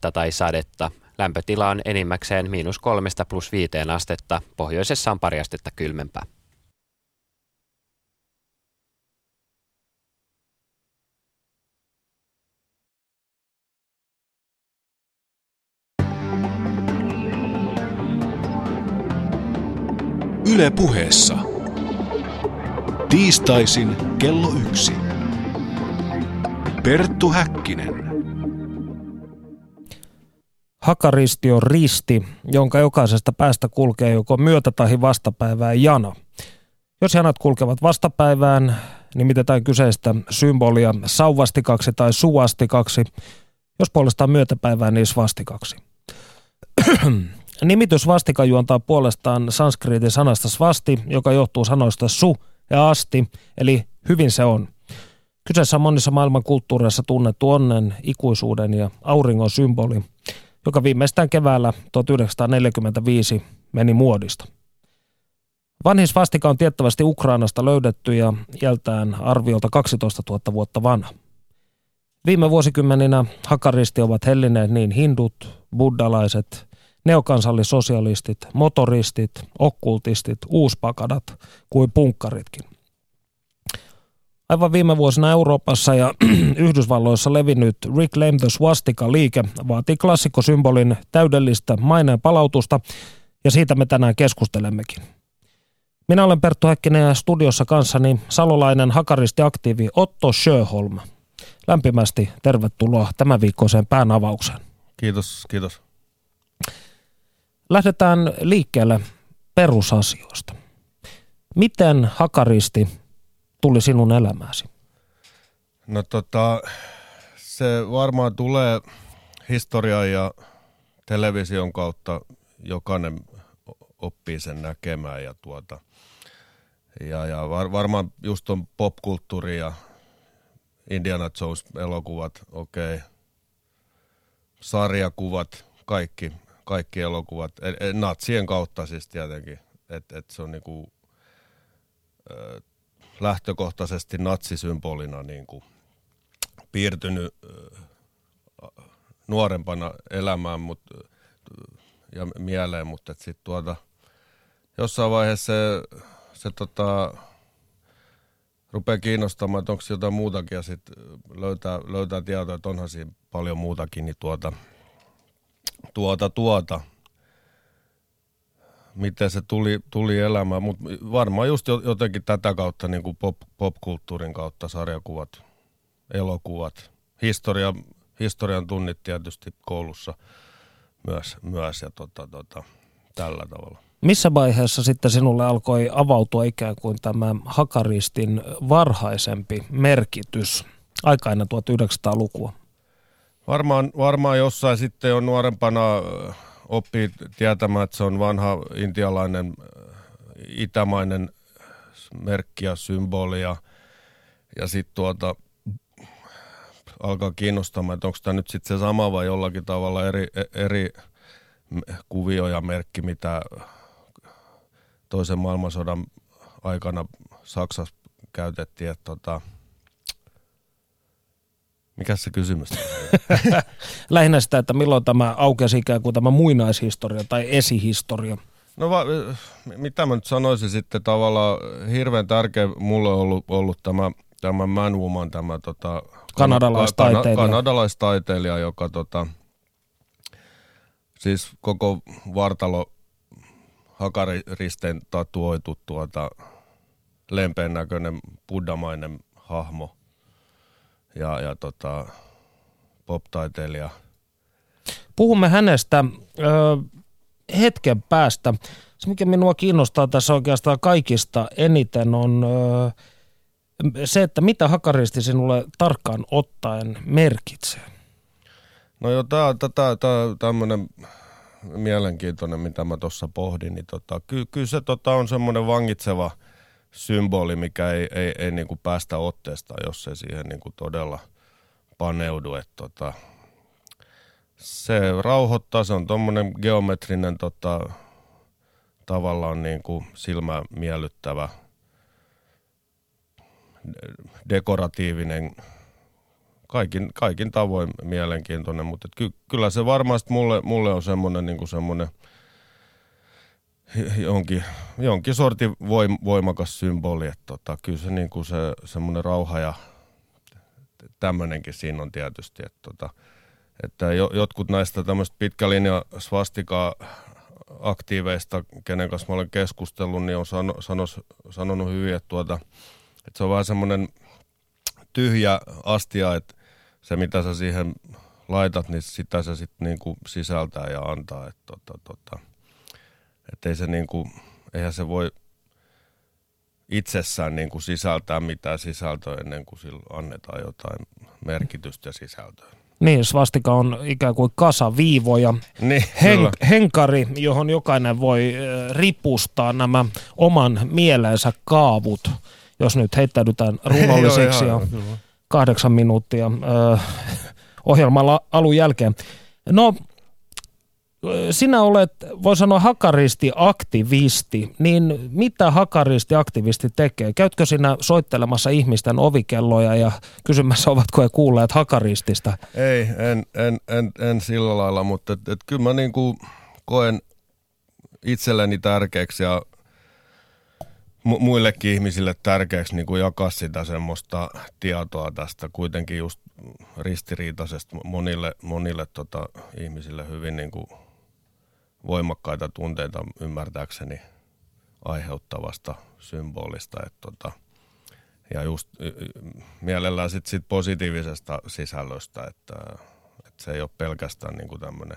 lumetta tai sadetta. Lämpötila on enimmäkseen -3 + 5 astetta. Pohjoisessa on pari astetta kylmempää. Yle Puheessa. Tiistaisin kello 1. Perttu Häkkinen. Hakaristi on risti, jonka jokaisesta päästä kulkee joko myötä- tai vastapäivään jano. Jos janat kulkevat vastapäivään, nimitetään kyseistä symbolia sauvastikaksi tai suvastikaksi, jos puolestaan myötäpäivään niin svastikaksi. Nimitys vastika juontaa puolestaan sanskriitin sanasta svasti, joka johtuu sanoista su ja asti, eli hyvin se on. Kyseessä on monissa maailman kulttuureissa tunnettu onnen, ikuisuuden ja auringon symboli, joka viimeistään keväällä 1945 meni muodista. Vanhin svastika on tiettävästi Ukrainasta löydetty ja iältään arviolta 12 000 vuotta vanha. Viime vuosikymmeninä hakaristi ovat hellineet niin hindut, buddhalaiset, neokansallisosialistit, motoristit, okkultistit, uuspakadat kuin punkkaritkin. Aivan viime vuosina Euroopassa ja Yhdysvalloissa levinnyt Reclaim the Swastika-liike vaatii klassikkosymbolin täydellistä maineen palautusta, ja siitä me tänään keskustelemmekin. Minä olen Perttu Häkkinen ja studiossa kanssani salolainen hakaristiaktiivi Otto Sjöholm. Lämpimästi tervetuloa tämän viikkoiseen päänavaukseen. Kiitos. Lähdetään liikkeelle perusasioista. Miten hakaristi tuli sinun elämääsi? No se varmaan tulee historian ja television kautta, jokainen oppii sen näkemään ja varmaan just on popkulttuuri ja Indiana Jones-elokuvat, sarjakuvat, kaikki elokuvat, natsien kautta siis tietenkin, että se on niinku lähtökohtaisesti natsisymbolina niinku piirtynyt nuorempana elämään ja mieleen, mutta sitten jossain vaiheessa se rupeaa kiinnostamaan, että onko jotain muutakin ja sitten löytää tietoa, että onhan siinä paljon muutakin, niin miten se tuli elämään, mutta varmaan just jotenkin tätä kautta niin kuin popkulttuurin kautta, sarjakuvat, elokuvat, historian tunnit tietysti koulussa myös ja tällä tavalla. Missä vaiheessa sitten sinulle alkoi avautua ikään kuin tämä hakaristin varhaisempi merkitys aikaina 1900-lukua? Varmaan jossain sitten jo nuorempana oppii tietämään, että se on vanha intialainen, itämainen merkki ja symboli ja sitten alkaa kiinnostamaan, että onko tämä nyt sitten se sama vai jollakin tavalla eri kuvio ja merkki, mitä toisen maailmansodan aikana Saksassa käytettiin, että mikäs se kysymys on? Lähinnä sitä, että milloin tämä aukesi ikään kuin tämä muinaishistoria tai esihistoria. No mitä mä nyt sanoisin sitten tavallaan hirveän tärkeä mulle on ollut tämä Man Woman, tämä kanadalaistaiteilija, joka siis koko vartalo hakaristeen tatuoitu lempeän näköinen buddhamainen hahmo ja pop-taiteilija. Puhumme hänestä hetken päästä. Se, mikä minua kiinnostaa tässä oikeastaan kaikista eniten, on se, että mitä hakaristi sinulle tarkkaan ottaen merkitsee. No joo, tämä on tämmöinen mielenkiintoinen, mitä mä tuossa pohdin. Niin kyllä se on semmoinen vangitseva symboli, mikä ei niinku päästä otteesta, jos se siihen niinku todella paneudu. Se rauhoittaa, se on tommonen geometrinen tavallaan niinku silmää miellyttävä, dekoratiivinen kaikin tavoin mielenkiintoinen, mutta kyllä se varmasti mulle on semmoinen niin kuin semmoinen jonkin sortin voimakas symboli, että kyllä se niin kuin se semmoinen rauha ja tämmöinenkin siinä on tietysti, että jotkut näistä tämmöistä pitkälinja svastikaa aktiiveista, kenen kanssa mä olen keskustellut, niin on sanonut hyvin, että se on vähän semmoinen tyhjä astia, että se mitä sä siihen laitat, niin sitä se sitten niinku sisältää ja antaa. Että ei se niinku, eihän se voi itsessään niinku sisältää mitään sisältöä ennen kuin sillä annetaan jotain merkitystä ja sisältöä. Niin, svastika on ikään kuin kasaviivoja, niin, henkari, johon jokainen voi ripustaa nämä oman mielensä kaavut, jos nyt heittäydytään runollisiksi ja 8 minuuttia ohjelman alun jälkeen. No, sinä olet, voi sanoa, hakaristi-aktivisti, niin mitä hakaristi-aktivisti tekee? Käytkö sinä soittelemassa ihmisten ovikelloja ja kysymässä, ovatko he kuulleet hakaristista? Ei, en sillä lailla, mutta et kyllä mä niinku koen itselleni tärkeäksi ja muillekin ihmisille tärkeäksi niinku jakaa sitä semmoista tietoa tästä kuitenkin just ristiriitaisesta monille ihmisille hyvin niinku voimakkaita tunteita ymmärtääkseni aiheuttavasta symbolista. Ja just mielellään sit positiivisesta sisällöstä, että se ei ole pelkästään niinku tämmöinen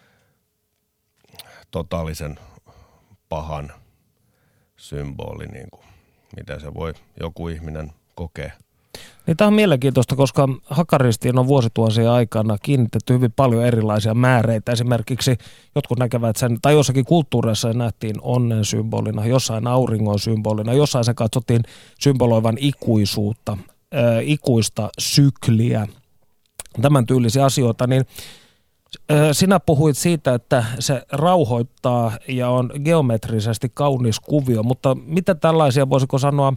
totaalisen pahan symboli, niinku, miten se voi joku ihminen kokea. Niin tämä on mielenkiintoista, koska hakaristiin on vuosituhansien aikana kiinnitetty hyvin paljon erilaisia määreitä. Esimerkiksi jotkut näkevät sen, tai jossakin kulttuureissa se nähtiin onnen symbolina, jossain auringon symbolina, jossain se katsottiin symboloivan ikuisuutta, ikuista sykliä, tämän tyylisiä asioita. Niin sinä puhuit siitä, että se rauhoittaa ja on geometrisesti kaunis kuvio, mutta mitä tällaisia, voisiko sanoa,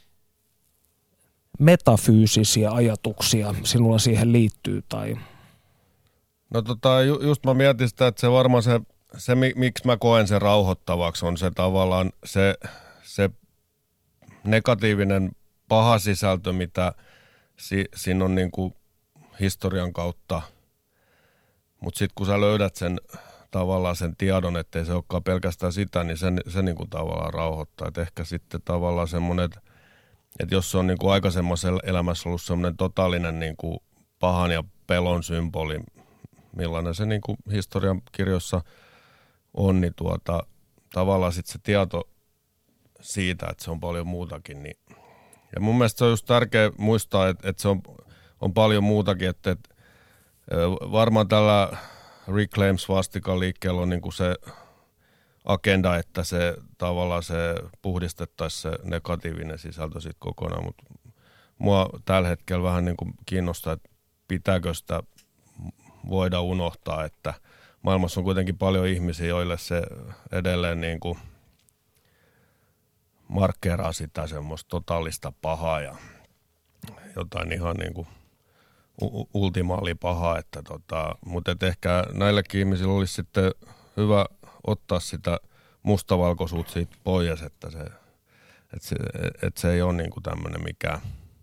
metafyysisiä ajatuksia sinulla siihen liittyy? Tai? No just mä mietin sitä, että se varmaan se miksi mä koen sen rauhoittavaksi, on se tavallaan se negatiivinen paha sisältö, mitä siinä on niinku historian kautta. Mutta sitten kun sä löydät sen tavallaan sen tiedon, ettei se olekaan pelkästään sitä, niin se niinku tavallaan rauhoittaa. Et ehkä sitten tavallaan semmoinen, että jos se on niinku aikaisemmassa elämässä ollut semmoinen totaalinen niinku pahan ja pelon symboli, millainen se niinku historian kirjoissa on, niin tavallaan sitten se tieto siitä, että se on paljon muutakin. Niin. Ja mun mielestä se on just tärkeä muistaa, että se on paljon muutakin, että varmaan tällä Reclaim Swastikan liikkeellä on niinku se agenda, että se tavallaan se puhdistettaisiin se negatiivinen sisältö siitä kokonaan, mutta mua tällä hetkellä vähän niin kuin kiinnostaa, että pitääkö sitä voida unohtaa, että maailmassa on kuitenkin paljon ihmisiä, joille se edelleen niin kuin markkeeraa sitä semmoista totaalista pahaa ja jotain ihan niin kuin ultimaalipahaa, mutta ehkä näillekin ihmisillä olisi sitten hyvä ottaa sitä mustavalkoisuutta siitä pois, että se ei ole niinku tämmöinen mikään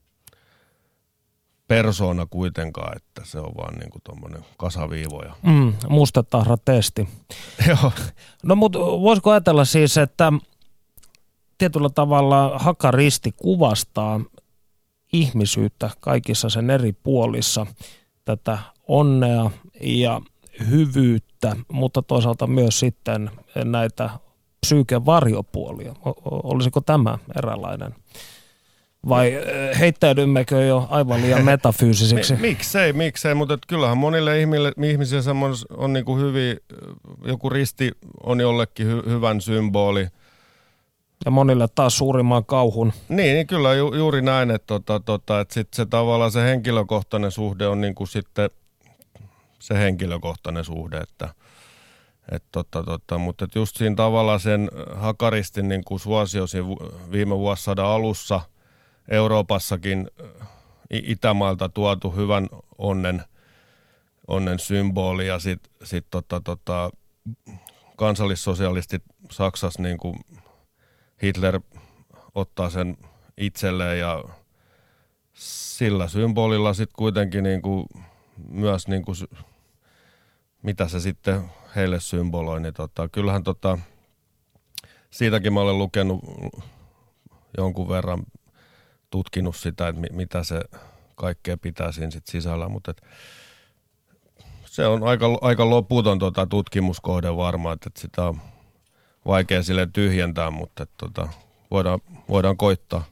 persoona kuitenkaan, että se on vaan niinku tommoinen kasaviivoja. Mustatahra testi. Joo. No mutta voisiko ajatella siis, että tietyllä tavalla hakaristi kuvastaa ihmisyyttä kaikissa sen eri puolissa, tätä onnea ja hyvyyttä, mutta toisaalta myös sitten näitä psyyken varjopuolia. Olisiko tämä eräänlainen? Vai heittäydymmekö jo aivan liian metafyysisiksi? Miksei, mutta kyllähän monille ihmisille on niin kuin hyvin, joku risti on jollekin hyvän symboli. Ja monille taas suurimman kauhun. Niin kyllä juuri näin, että sitten se tavallaan se henkilökohtainen suhde on niin kuin sitten se henkilökohtainen suhde, mutta just siinä tavallaan sen hakaristin niin kuin suosio viime vuosisadan alussa Euroopassakin Itämaalta tuotu hyvän onnen symboli ja sit kansallissosialistit Saksassa niin kuin Hitler ottaa sen itselleen ja sillä symbolilla sitten kuitenkin niin kuin myös niin kuin, mitä se sitten heille symboloi, niin kyllähän siitäkin mä olen lukenut jonkun verran, tutkinut sitä, että mitä se kaikkea pitää siinä sit sisällä, mutta se on aika loputon tutkimuskohde varmaan, että sitä on vaikea sille tyhjentää, mutta voidaan koittaa.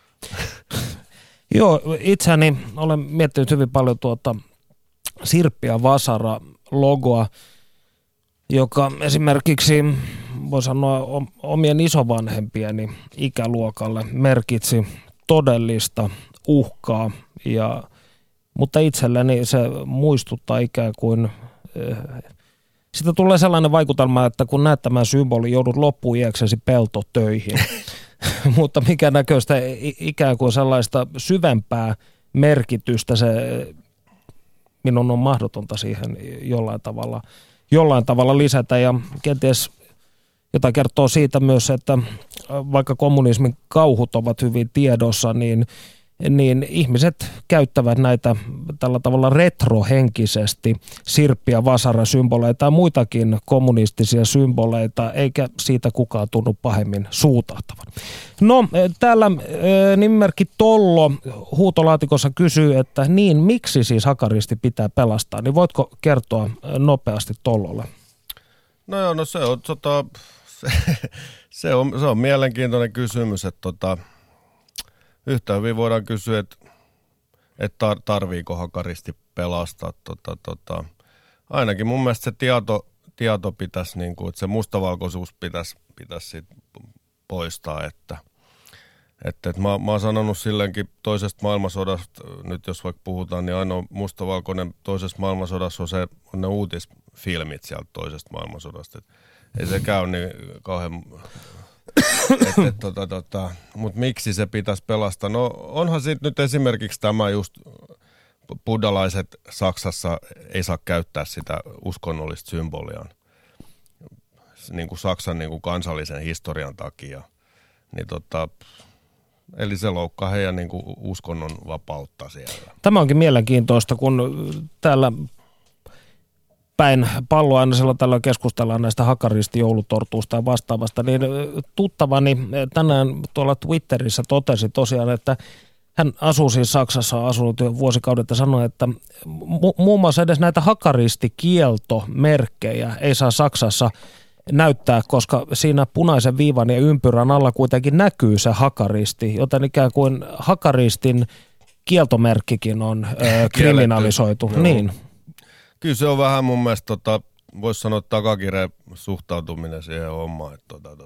Joo, itseäni olen miettinyt hyvin paljon Sirppi ja Vasara-logoa, joka esimerkiksi, voi sanoa, omien isovanhempieni ikäluokalle merkitsi todellista uhkaa, mutta itselleni se muistuttaa ikään kuin, sitä tulee sellainen vaikutelma, että kun näet tämän symbolin, joudut loppuiäksesi peltotöihin. Mutta mikä näköistä ikään kuin sellaista syvempää merkitystä se minun on mahdotonta siihen jollain tavalla lisätä. Ja kenties jota kertoo siitä myös, että vaikka kommunismin kauhut ovat hyvin tiedossa, niin ihmiset käyttävät näitä tällä tavalla retrohenkisesti Sirppi- ja Vasara-symboleita ja muitakin kommunistisia symboleita, eikä siitä kukaan tunnu pahemmin suutahtavan. No, täällä nimimerkki Tollo huutolaatikossa kysyy, että niin, miksi siis hakaristi pitää pelastaa, niin voitko kertoa nopeasti Tollolle? No joo, no se on mielenkiintoinen kysymys, että yhtä hyvin voidaan kysyä, että tarviiko hakaristi pelastaa. Ainakin mun mielestä se tieto pitäisi, niin kuin, että se mustavalkoisuus pitäisi sit poistaa. Että mä oon sanonut silleenkin toisesta maailmansodasta, nyt jos vaikka puhutaan, niin ainoa mustavalkoinen toisesta maailmansodassa on ne uutisfilmit sieltä toisesta maailmansodasta. Ei se käy niin kauhean... Mutta miksi se pitäisi pelastaa? No onhan sitten nyt esimerkiksi tämä just buddhalaiset Saksassa ei saa käyttää sitä uskonnollista symboliaan niin kuin Saksan niin kuin kansallisen historian takia. Niin eli se loukkaa heidän niin kuin uskonnon vapautta siellä. Tämä onkin mielenkiintoista, kun täällä päin palloa aina silloin tällöin keskustellaan näistä hakaristi-joulutortuista ja vastaavasta, niin tuttavani tänään tuolla Twitterissä totesi tosiaan, että hän asuu siis Saksassa, on asunut jo vuosikaudet ja sanoi, että muun muassa edes näitä hakaristikieltomerkkejä ei saa Saksassa näyttää, koska siinä punaisen viivan ja ympyrän alla kuitenkin näkyy se hakaristi, joten ikään kuin hakaristin kieltomerkkikin on kriminalisoitu. Niin. Kyllä se on vähän mun mielestä, voisi sanoa takakireen suhtautuminen siihen hommaan,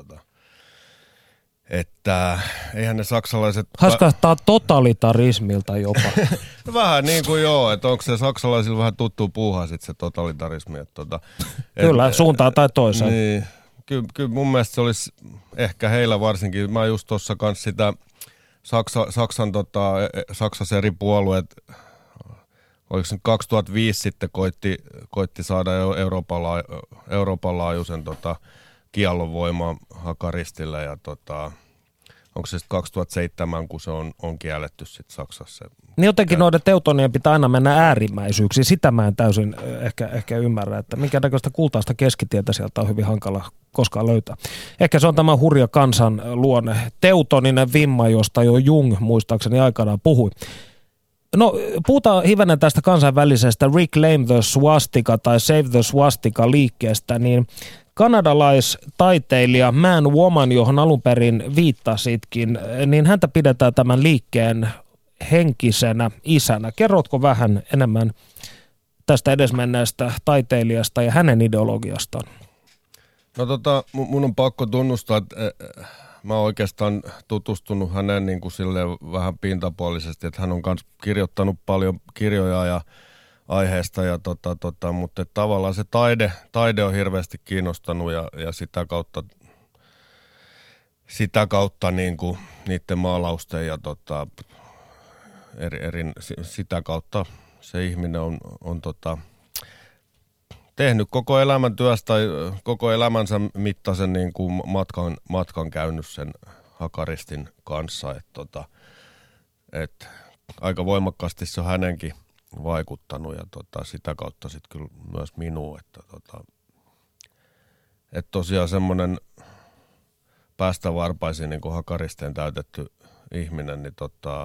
että eihän ne saksalaiset... Haskahtaa totalitarismilta jopa. Vähän niin kuin joo, että onko se saksalaisilla vähän tuttu puuhaa sitten se totalitarismi. Kyllä, suuntaan tai toiseen. Niin, kyllä mun mielestä se olisi ehkä heillä varsinkin, mä just tuossa kanssa sitä Saksassa eri puolueet, oliko se 2005 sitten koitti saada Euroopan laajuisen kiellon voimaan hakaristille ja onko se sitten 2007, kun se on kielletty sitten Saksassa. Niin jotenkin noiden teutonien pitää aina mennä äärimmäisyyksiin. Sitä mä en täysin ehkä ymmärrä, että minkä näköistä kultaista keskitietä sieltä on hyvin hankala koskaan löytää. Ehkä se on tämä hurja kansan luonne. Teutoninen vimma, josta jo Jung muistaakseni aikanaan puhui. No, puhutaan hivenen tästä kansainvälisestä Reclaim the Swastika tai Save the Swastika liikkeestä, niin kanadalaistaiteilija Man Woman, johon alun perin viittasitkin, niin häntä pidetään tämän liikkeen henkisenä isänä. Kerrotko vähän enemmän tästä edesmenneestä taiteilijasta ja hänen ideologiastaan? No mun on pakko tunnustaa, että mä oon oikeastaan tutustunut häneen niin kuin silleen vähän pintapuolisesti, että hän on myös kirjoittanut paljon kirjoja ja aiheesta, mutta tavallaan se taide on hirveästi kiinnostanut ja sitä kautta niin kuin niiden maalausten ja sitä kautta se ihminen on tehnyt koko elämän työstä tai koko elämänsä mittaisen niin kuin matkan käynyt sen hakaristin kanssa, että aika voimakkaasti se on hänenkin vaikuttanut ja sitä kautta sitten kyllä myös minuun, että tosiaan semmoinen päästä varpaisiin niin kuin hakaristeen täytetty ihminen, niin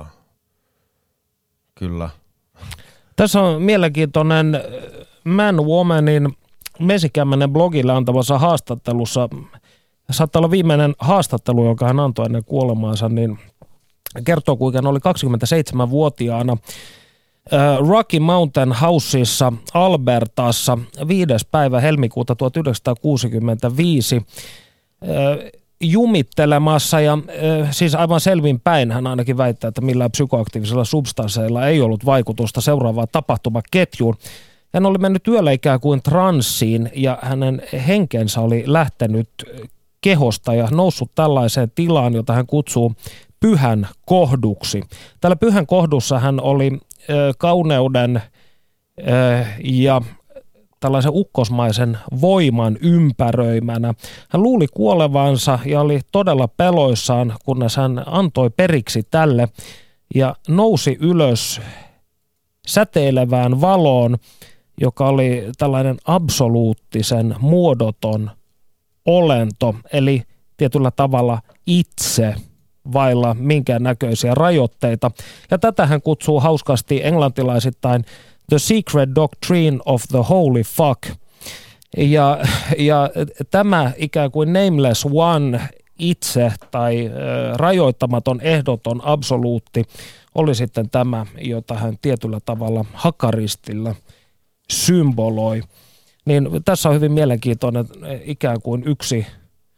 kyllä. Tässä on mielenkiintoinen Man Womanin Mesikämmänen blogille antamassa haastattelussa. Saattaa olla viimeinen haastattelu, jonka hän antoi ennen kuolemaansa, niin kertoo, kuinka hän oli 27-vuotiaana Rocky Mountain Houseissa Albertassa 5. päivä helmikuuta 1965 jumittelemassa ja siis aivan selvin päin hän ainakin väittää, että millään psykoaktiivisilla substansseilla ei ollut vaikutusta seuraavaan tapahtumaketjuun. Hän oli mennyt yöllä ikään kuin transsiin ja hänen henkensä oli lähtenyt kehosta ja noussut tällaiseen tilaan, jota hän kutsuu pyhän kohduksi. Tällä pyhän kohdussa hän oli kauneuden ja tällaisen ukkosmaisen voiman ympäröimänä. Hän luuli kuolevansa ja oli todella peloissaan, kunnes hän antoi periksi tälle ja nousi ylös säteilevään valoon, joka oli tällainen absoluuttisen muodoton olento, eli tietyllä tavalla itse vailla minkäännäköisiä rajoitteita. Ja tätä hän kutsuu hauskasti englantilaisittain The Secret Doctrine of the Holy Fuck. Ja tämä ikään kuin nameless one itse tai rajoittamaton ehdoton absoluutti oli sitten tämä, jota hän tietyllä tavalla hakaristilla symboloi. Niin tässä on hyvin mielenkiintoinen ikään kuin yksi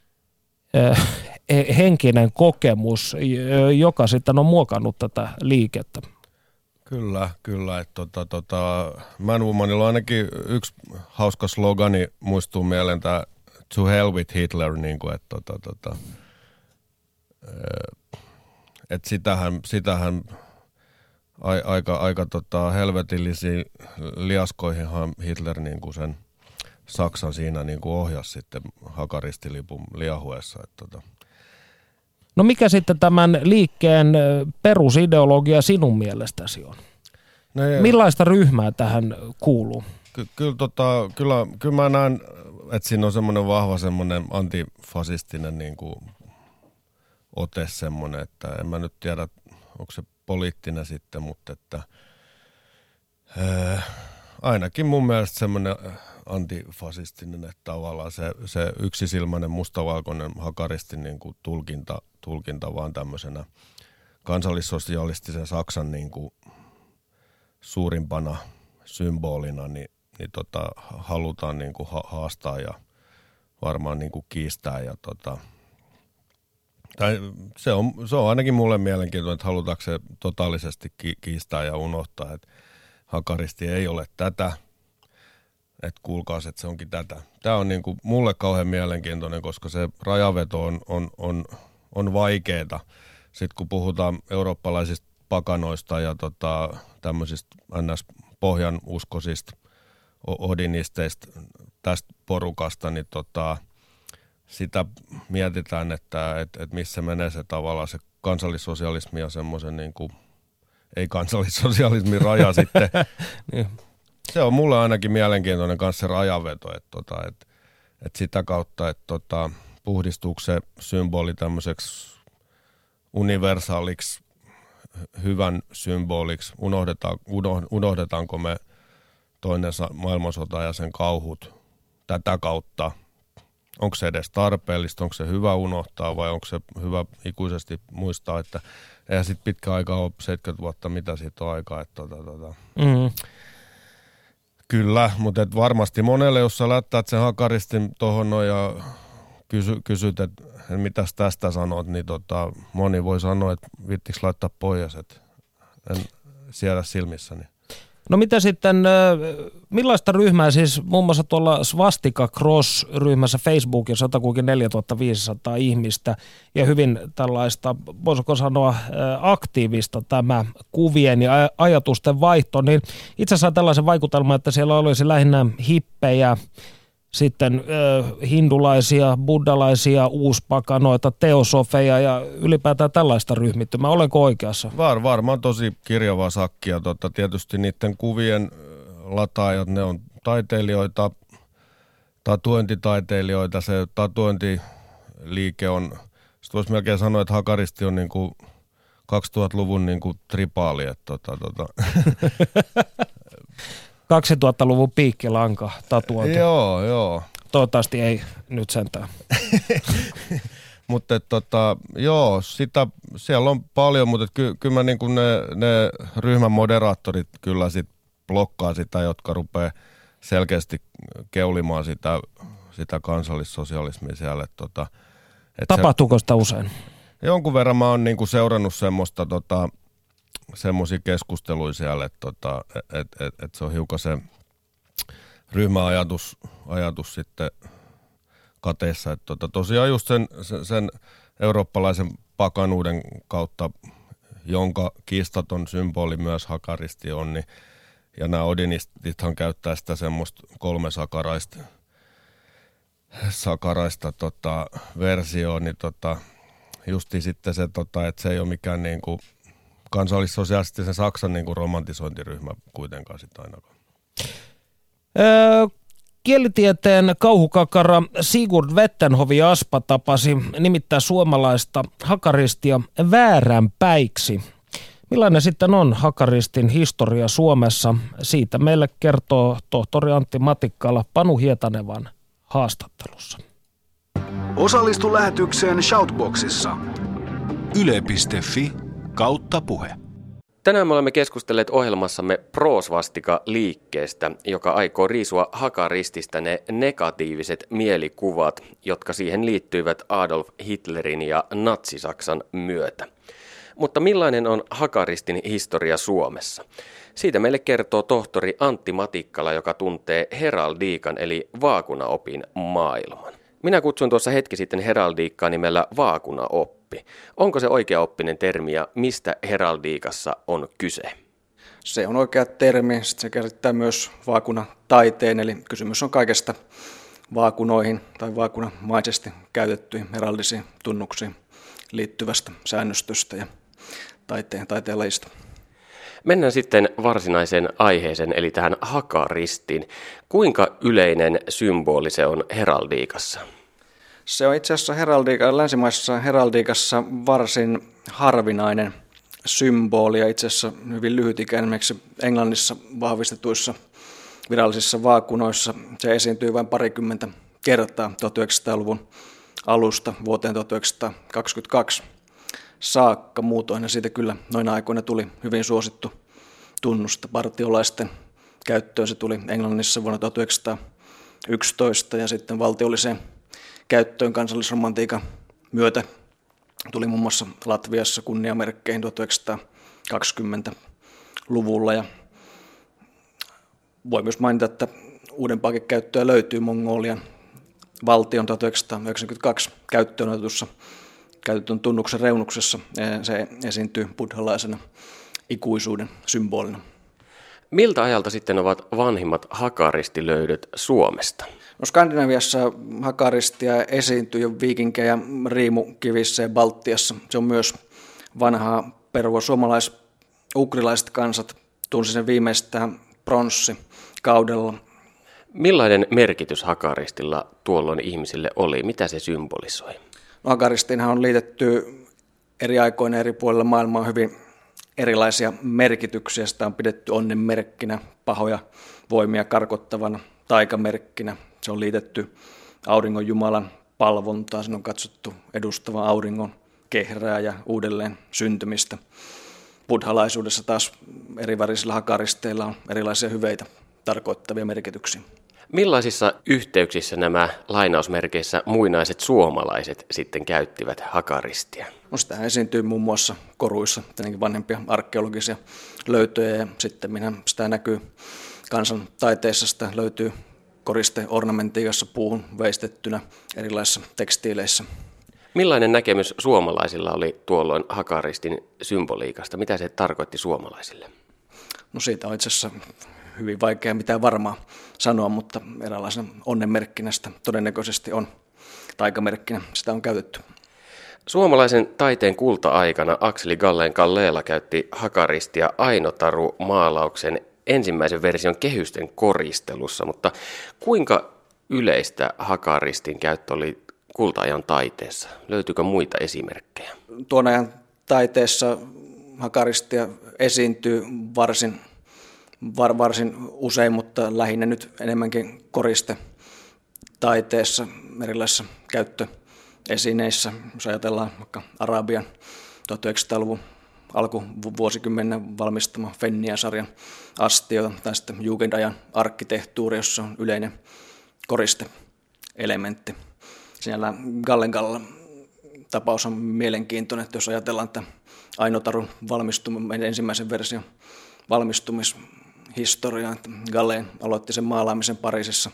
henkinen kokemus, joka sitten on muokannut tätä liikettä. Kyllä. Että Man Womanilla on ainakin yksi hauska slogani, muistuu mieleen tämä To hell with Hitler, niin kuin, että sitähän aika helvetillisiin liaskoihinhan Hitler niin kuin sen Saksan siinä niin kuin ohjasi sitten hakaristilipun liahuessa. No mikä sitten tämän liikkeen perusideologia sinun mielestäsi on? No, millaista ryhmää tähän kuuluu? Kyllä mä näen, että siinä on semmoinen vahva semmoinen antifasistinen niin kuin ote semmoinen, että en mä nyt tiedä, onko se poliittinen sitten, mutta että ainakin mun mielestä semmoinen antifasistinen, että tavallaan se yksisilmäinen mustavalkoinen hakaristin niin kuin tulkinta vaan tämmöisenä kansallissosialistisen Saksan niin kuin suurimpana symbolina, niin halutaan niin kuin haastaa ja varmaan niin kuin kiistää. Ja tai se on ainakin mulle mielenkiintoinen, että halutaanko se totaalisesti kiistää ja unohtaa, että hakaristi ei ole tätä, että kuulkaas, että se onkin tätä. Tämä on niin kuin mulle kauhean mielenkiintoinen, koska se rajaveto on vaikeeta. Sitten kun puhutaan eurooppalaisista pakanoista ja tämmöisistä NS-pohjan uskosista odinisteista tästä porukasta, niin sitä mietitään, että missä menee se tavallaan se kansallissosialismi ja semmoisen niin kuin ei kansallissosialismin raja sitten. Se on mulle ainakin mielenkiintoinen kanssa se rajaveto, että sitä kautta, että puhdistuuko se symboli tämmöiseksi universaaliksi hyvän symboliksi, unohdetaanko me toinen maailmansota ja sen kauhut tätä kautta, onko se edes tarpeellista, onko se hyvä unohtaa vai onko se hyvä ikuisesti muistaa, että eihän sitten pitkä aikaa ole 70 vuotta, mitä siitä on aikaa, että Kyllä, mutta varmasti monelle, jos sä lättäät sen hakaristin tuohon ja kysyt, että mitäs tästä sanot, niin moni voi sanoa, että vittiks laittaa pois, että en siedä silmissäni. No mitä sitten, millaista ryhmää siis muun muassa tuolla Swastika Cross-ryhmässä Facebookissa jotakuinkin 4500 ihmistä ja hyvin tällaista, voisiko sanoa, aktiivista tämä kuvien ja ajatusten vaihto, niin itse asiassa tällaisen vaikutelman, että siellä olisi lähinnä hippejä, sitten hindulaisia, buddalaisia, uuspakanoita, teosofeja ja ylipäätään tällaista ryhmittymää. Olenko oikeassa? Varmaan tosi kirjavaa sakkia. Tietysti niiden kuvien lataajat, ne on taiteilijoita, tatuointitaiteilijoita. Se tatuointiliike on, sitten voisi melkein sanoa, että hakaristi on niin kuin 2000-luvun niin kuin tripaali. 2000-luvun piikkilanka tatuointi. Joo. Toivottavasti ei nyt sentään. Mutta joo, siellä on paljon, mutta kyllä mä niin kuin ne ryhmän moderaattorit kyllä sit blokkaa sitä, jotka rupeaa selkeästi keulimaan sitä kansallissosialismia siellä. Tapahtuuko sitä usein? Jonkun verran mä oon niin kuin seurannut semmoisia keskusteluja siellä, että se on hiukan se ryhmäajatus sitten kateessa. Että tosiaan just sen eurooppalaisen pakanuuden kautta, jonka kiistaton symboli myös hakaristi on, niin, ja nämä odinistithan käyttää sitä semmoista 3 sakaraista versioon, niin justi sitten se, että se ei ole mikään niinku kansallissosialistisen Saksan niin kuin romantisointiryhmä kuitenkaan sitä ainakaan. Kielitieteen kauhukakara Sigurd Vettenhovi-Aspa tapasi nimittäin suomalaista hakaristia vääränpäiksi. Millainen sitten on hakaristin historia Suomessa? Siitä meille kertoo tohtori Antti Matikkala Panu Hietanevan haastattelussa. Osallistu lähetykseen Shoutboxissa. yle.fi/puhe. Tänään me olemme keskustelleet ohjelmassamme Pro-Swastika-liikkeestä, joka aikoo riisua hakarististä ne negatiiviset mielikuvat, jotka siihen liittyivät Adolf Hitlerin ja Natsi-Saksan myötä. Mutta millainen on hakaristin historia Suomessa? Siitä meille kertoo tohtori Antti Matikkala, joka tuntee heraldiikan eli vaakunaopin maailman. Minä kutsuin tuossa hetki sitten heraldiikkaa nimellä vaakunaoppi. Onko se oikeaoppinen termi ja mistä heraldiikassa on kyse? Se on oikea termi. Se käsittää myös vaakunataiteen, eli kysymys on kaikesta vaakunoihin tai vaakunamaisesti käytettyihin heraldisiin tunnuksiin liittyvästä säännöstöstä ja taiteen lajista. Mennään sitten varsinaiseen aiheeseen, eli tähän hakaristiin. Kuinka yleinen symboli se on heraldiikassa? Se on itse asiassa länsimaisessa heraldiikassa varsin harvinainen symboli ja itse asiassa hyvin lyhytikäinen. Englannissa vahvistetuissa virallisissa vaakunoissa se esiintyy vain parikymmentä kertaa 1900-luvun alusta vuoteen 1922 saakka. Muutoin ja siitä kyllä noina aikoina tuli hyvin suosittu tunnusta partiolaisten käyttöön. Se tuli Englannissa vuonna 1911 ja sitten valtiolliseen käyttöön kansallisromantiikan myötä tuli muun muassa Latviassa kunniamerkkeihin 1920-luvulla. Ja voi myös mainita, että uudempaakin käyttöä löytyy Mongolian valtion 1992 käyttöön otetussa käytetyn tunnuksen reunuksessa. Se esiintyy buddhalaisena ikuisuuden symbolina. Miltä ajalta sitten ovat vanhimmat hakaristilöydöt Suomesta? No Skandinaviassa hakaristia esiintyy jo viikinkä- ja riimukivissä ja Baltiassa. Se on myös vanhaa perua. Suomalais-ukrilaiset kansat tunsi sen viimeistään pronssikaudella. Millainen merkitys hakaristilla tuolloin ihmisille oli? Mitä se symbolisoi? No, hakaristiinhan on liitetty eri aikoina eri puolilla maailmaa hyvin erilaisia merkityksiä. Sitä on pidetty onnenmerkkinä, pahoja voimia karkottavana, taikamerkkinä. Se on liitetty auringon jumalan palvontaan. Sen on katsottu edustavan auringon kehrää ja uudelleen syntymistä. Buddhalaisuudessa taas eri värisillä hakaristeilla on erilaisia hyveitä tarkoittavia merkityksiä. Millaisissa yhteyksissä nämä lainausmerkeissä muinaiset suomalaiset sitten käyttivät hakaristia? No sitä esiintyy muun muassa koruissa, tietenkin vanhempia arkeologisia löytöjä ja sitten sitä näkyy kansan taiteessa, sitä löytyy koristeornamentiikassa puuhun veistettynä erilaisissa tekstiileissä. Millainen näkemys suomalaisilla oli tuolloin hakaristin symboliikasta? Mitä se tarkoitti suomalaisille? No siitä on itse asiassa hyvin vaikea mitään varmaa sanoa, mutta eräänlaisena onnenmerkkinä sitä todennäköisesti on, taikamerkkinä sitä on käytetty. Suomalaisen taiteen kulta-aikana Akseli Gallen-Kallela käytti hakaristia Ainotaru-maalauksen ensimmäisen version kehysten koristelussa, mutta kuinka yleistä hakaristin käyttö oli kulta-ajan taiteessa? Löytyykö muita esimerkkejä? Tuon ajan taiteessa hakaristia esiintyy varsin usein, mutta lähinnä nyt enemmänkin koristetaiteessa, erilaisissa käyttöesineissä. Jos ajatellaan vaikka Arabian 1900-luvun alkuvuosikymmenen valmistama Fennia-sarjan astioita tai sitten Jugendajan arkkitehtuuri, jossa on yleinen koriste-elementti. Siellä Gallen-Kallan tapaus on mielenkiintoinen, että jos ajatellaan, että Ainotarun ensimmäisen version valmistumishistoriaa, että Gallen aloitti sen maalaamisen Pariisissa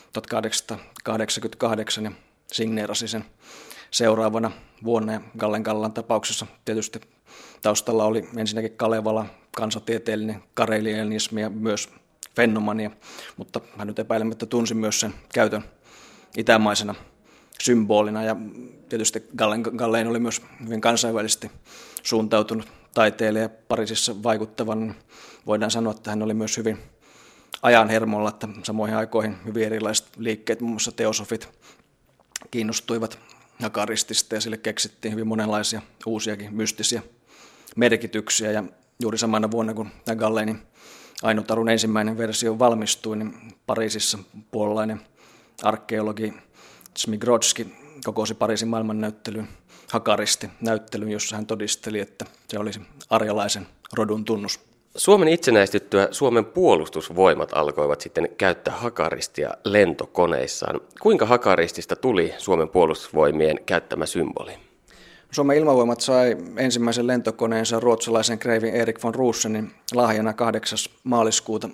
1888 ja signeerasi sen seuraavana vuonna. Ja Gallen-Kallan tapauksessa tietysti taustalla oli ensinnäkin Kalevala, kansatieteellinen karelianismi ja myös fenomania, mutta hän nyt epäilemättä tunsi myös sen käytön itämaisena symbolina ja tietysti Gallen oli myös hyvin kansainvälisesti suuntautunut taiteilija Pariisissa vaikuttavan. Voidaan sanoa, että hän oli myös hyvin ajan hermolla, että samoihin aikoihin hyvin erilaiset liikkeet, muun muassa teosofit, kiinnostuivat hakaristista ja sille keksittiin hyvin monenlaisia uusiakin mystisiä merkityksiä. Ja juuri samana vuonna, kun tämä Gallenin Ainotarun ensimmäinen versio valmistui, niin Pariisissa puolalainen arkeologi Zmigrodzki kokosi Pariisin maailmannäyttelyyn hakaristi-näyttelyn, jossa hän todisteli, että se olisi arjalaisen rodun tunnus. Suomen itsenäistyttyä Suomen puolustusvoimat alkoivat sitten käyttää hakaristia lentokoneissaan. Kuinka hakaristista tuli Suomen puolustusvoimien käyttämä symboli? Suomen ilmavoimat sai ensimmäisen lentokoneensa ruotsalaisen kreivin Erik von Rosenin lahjana 8. maaliskuuta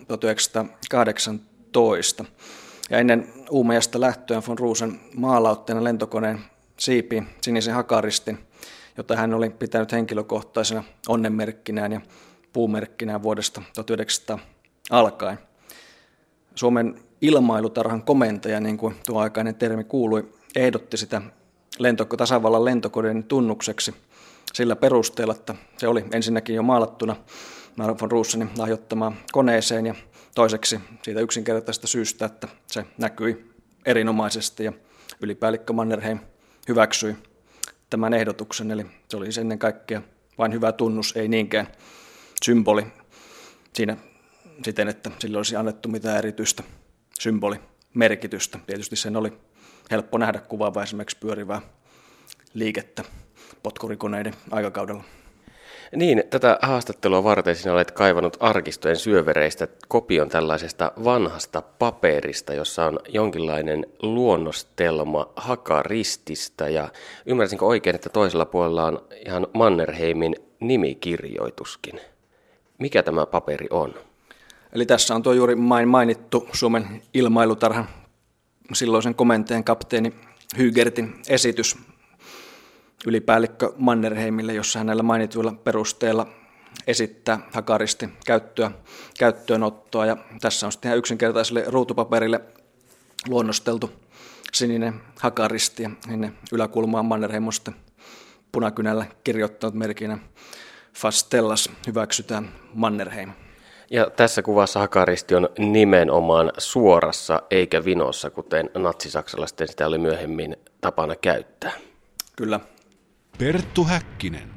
1918. Ja ennen Uumajasta lähtöön von Rosen maalautteena lentokoneen siipi sinisen hakaristin, jota hän oli pitänyt henkilökohtaisena onnenmerkkinään ja puumerkkinään vuodesta 1900 alkaen. Suomen ilmailutarhan komentaja, niin kuin tuo aikainen termi kuului, ehdotti sitä tasavallan lentokoneen tunnukseksi sillä perusteella, että se oli ensinnäkin jo maalattuna von Rosenin lahjoittamaan koneeseen ja toiseksi siitä yksinkertaisesta syystä, että se näkyi erinomaisesti ja ylipäällikkö Mannerheim hyväksyi tämän ehdotuksen, eli se oli ennen kaikkea vain hyvä tunnus, ei niinkään symboli siinä siten, että sille olisi annettu mitään erityistä symbolimerkitystä. Tietysti sen oli helppo nähdä kuvaava esimerkiksi pyörivää liikettä potkurikoneiden aikakaudella. Niin, tätä haastattelua varten sinä olet kaivannut arkistojen syövereistä kopion tällaisesta vanhasta paperista, jossa on jonkinlainen luonnostelma hakaristista. Ja ymmärsinkö oikein, että toisella puolella on ihan Mannerheimin nimikirjoituskin? Mikä tämä paperi on? Eli tässä on tuo juuri mainittu Suomen ilmailutarhan silloisen komentajan kapteeni Hygertin esitys ylipäällikkö Mannerheimille, jossa hänellä mainituilla perusteella esittää hakaristi käyttöönottoa. Ja tässä on sitten ihan yksinkertaiselle ruutupaperille luonnosteltu sininen hakaristi ja sinne yläkulmaan Mannerheim on sitten punakynällä kirjoittanut merkinä Fastellas, hyväksytään Mannerheim. Ja tässä kuvassa hakaristi on nimenomaan suorassa eikä vinossa, kuten natsisaksalaiset sitä oli myöhemmin tapana käyttää. Kyllä. Perttu Häkkinen.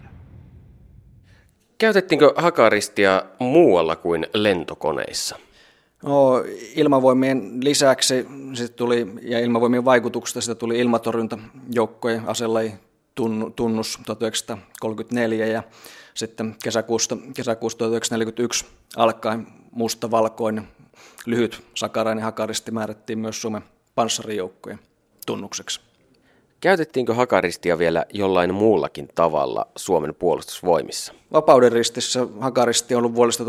Käytettiinkö hakaristia muualla kuin lentokoneissa? No, ilmavoimien lisäksi ja ilmavoimien vaikutuksesta sitä tuli ilmatorjuntajoukkojen aselajitunnus 1934 ja sitten kesäkuusta 1941 alkaen mustavalkoinen lyhyt sakarainen hakaristi määrättiin myös Suomen panssarijoukkojen tunnukseksi. Käytettiinkö hakaristia vielä jollain muullakin tavalla Suomen puolustusvoimissa? Vapauden ristissä hakaristi on ollut vuodesta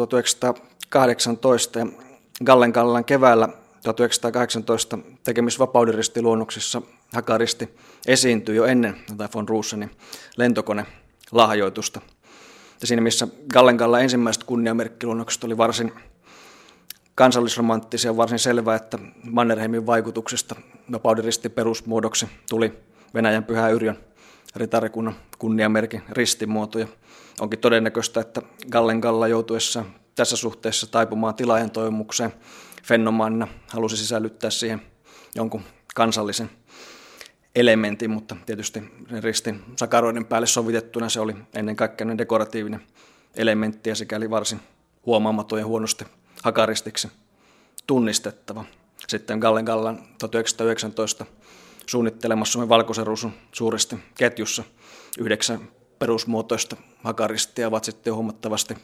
1918 ja Gallenkallan keväällä 1918 tekemissä Vapauden ristiluonnoksissa hakaristi esiintyi jo ennen von Rosenin lentokonelahjoitusta. Ja siinä missä Gallenkallan ensimmäiset kunniamerkkiluonnokset oli varsin kansallisromanttisia, on varsin selvää, että Mannerheimin vaikutuksesta Vapauden ristin perusmuodoksi tuli Venäjän Pyhän Yrjön ritarikunnan kunniamerkin ristimuoto. Ja onkin todennäköistä, että Gallenkalla joutuessaan tässä suhteessa taipumaan tilaajan toivomukseen fenomaanina halusi sisällyttää siihen jonkun kansallisen elementin, mutta tietysti ristin sakaroiden päälle sovitettuna se oli ennen kaikkea dekoratiivinen elementti ja sikäli varsin huomaamaton ja huonosti hakaristiksi tunnistettava. Sitten Gallenkallan 1919 suunnittelemassa Suomen Valkoisen Ruusun suuresti ketjussa 9 perusmuotoista hakaristia ovat sitten huomattavasti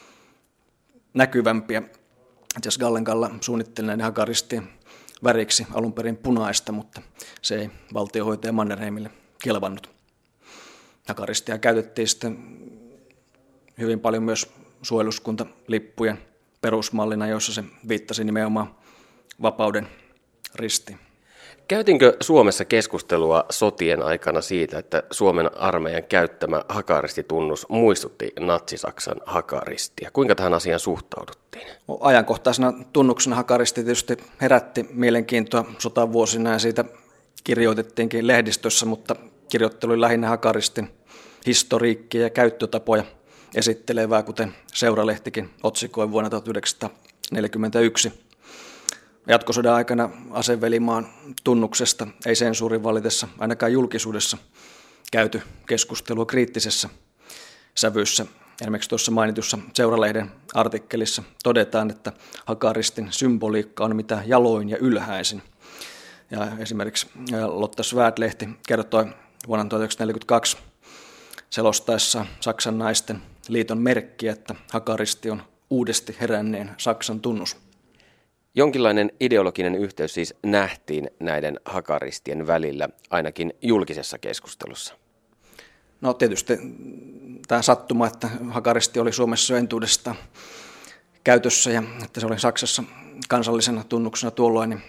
näkyvämpiä. Jos Gallenkalla suunnitteli näiden hakaristien väriksi alun perin punaista, mutta se ei valtionhoitaja Mannerheimille kelvannut. Hakaristia käytettiin sitten hyvin paljon myös suojeluskuntalippujen perusmallina, jossa se viittasi nimenomaan vapauden ristiin. Käytinkö Suomessa keskustelua sotien aikana siitä, että Suomen armeijan käyttämä hakaristitunnus muistutti natsi-Saksan hakaristia? Kuinka tähän asiaan suhtauduttiin? Ajankohtaisena tunnuksena hakaristi tietysti herätti mielenkiintoa sotavuosina ja siitä kirjoitettiinkin lehdistössä, mutta kirjoittelu oli lähinnä hakaristin historiikkia ja käyttötapoja esittelevää, kuten Seuralehtikin otsikoi vuonna 1941. Jatkosodan aikana asevelimaan tunnuksesta ei sensuurin valitessa ainakaan julkisuudessa käyty keskustelua kriittisessä sävyssä. Esimerkiksi tuossa mainitussa Seuralehden artikkelissa todetaan, että hakaristin symboliikka on mitä jaloin ja ylhäisin. Ja esimerkiksi Lotta Svärd-lehti kertoi vuonna 1942 selostaessa Saksan naisten liiton merkkiä, että hakaristi on uudesti heränneen Saksan tunnus. Jonkinlainen ideologinen yhteys siis nähtiin näiden hakaristien välillä, ainakin julkisessa keskustelussa. No tietysti tämä sattuma, että hakaristi oli Suomessa jo entuudestaan käytössä ja että se oli Saksassa kansallisena tunnuksena tuolloin, niin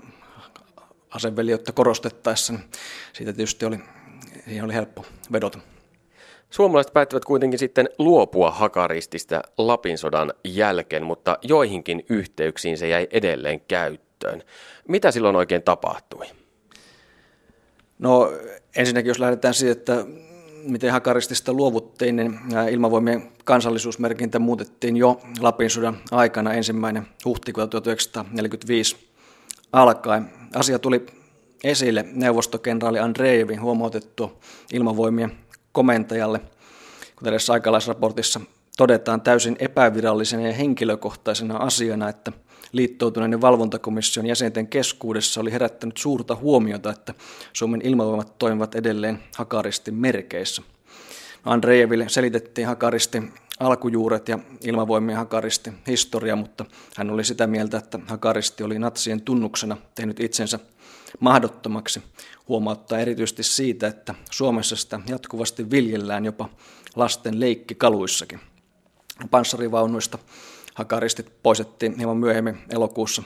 aseveliyttä korostettaessa, niin siitä tietysti siihen oli helppo vedota. Suomalaiset päättivät kuitenkin sitten luopua hakaristista Lapin sodan jälkeen, mutta joihinkin yhteyksiin se jäi edelleen käyttöön. Mitä silloin oikein tapahtui? No ensinnäkin jos lähdetään siitä, että miten hakaristista luovuttiin, niin ilmavoimien kansallisuusmerkintä muutettiin jo Lapin sodan aikana 1. huhtikuuta 1945 alkaen. Asia tuli esille neuvostokenraali Andreevin huomautettua ilmavoimien komentajalle, kuten edes aikalaisraportissa todetaan täysin epävirallisena ja henkilökohtaisena asiana, että liittoutuneiden valvontakomission jäsenten keskuudessa oli herättänyt suurta huomiota, että Suomen ilmavoimat toimivat edelleen hakaristin merkeissä. Andreeville selitettiin hakaristin alkujuuret ja ilmavoimien hakaristin historia, mutta hän oli sitä mieltä, että hakaristi oli natsien tunnuksena tehnyt itsensä mahdottomaksi, huomauttaa erityisesti siitä, että Suomessa sitä jatkuvasti viljellään jopa lasten leikkikaluissakin. Panssarivaunuista hakaristit poistettiin hieman myöhemmin elokuussa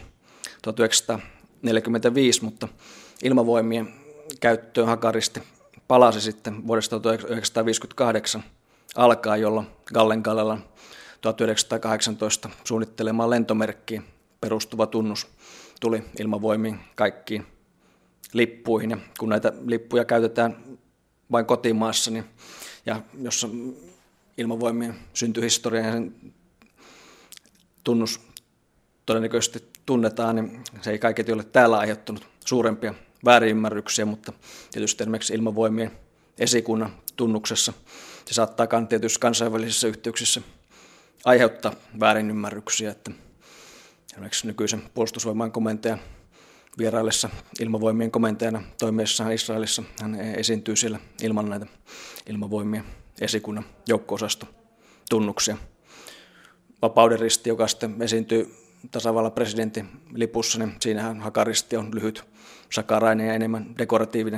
1945, mutta ilmavoimien käyttöön hakaristi palasi sitten vuodesta 1958 alkaen, jolloin Gallenkallan 1918 suunnittelemaan lentomerkkiin perustuva tunnus tuli ilmavoimiin kaikkiin lippuihin. Ja kun näitä lippuja käytetään vain kotimaassa, niin, ja jossa ilmavoimien syntyhistoria ja sen tunnus todennäköisesti tunnetaan, niin se ei kaiketi ole täällä aiheuttanut suurempia väärinymmärryksiä, mutta tietysti esimerkiksi ilmavoimien esikunnan tunnuksessa se saattaa tietysti kansainvälisissä yhteyksissä aiheuttaa väärinymmärryksiä, että esimerkiksi nykyisen puolustusvoimain komentajan vieraillessa ilmavoimien komentajana toimiessaan Israelissa hän esiintyy siellä ilman näitä ilmavoimien esikunnan joukko-osastotunnuksia. Vapauden risti, joka sitten esiintyy tasavallan presidentin lipussa, niin siinähän hakaristi on lyhyt sakarainen ja enemmän dekoratiivinen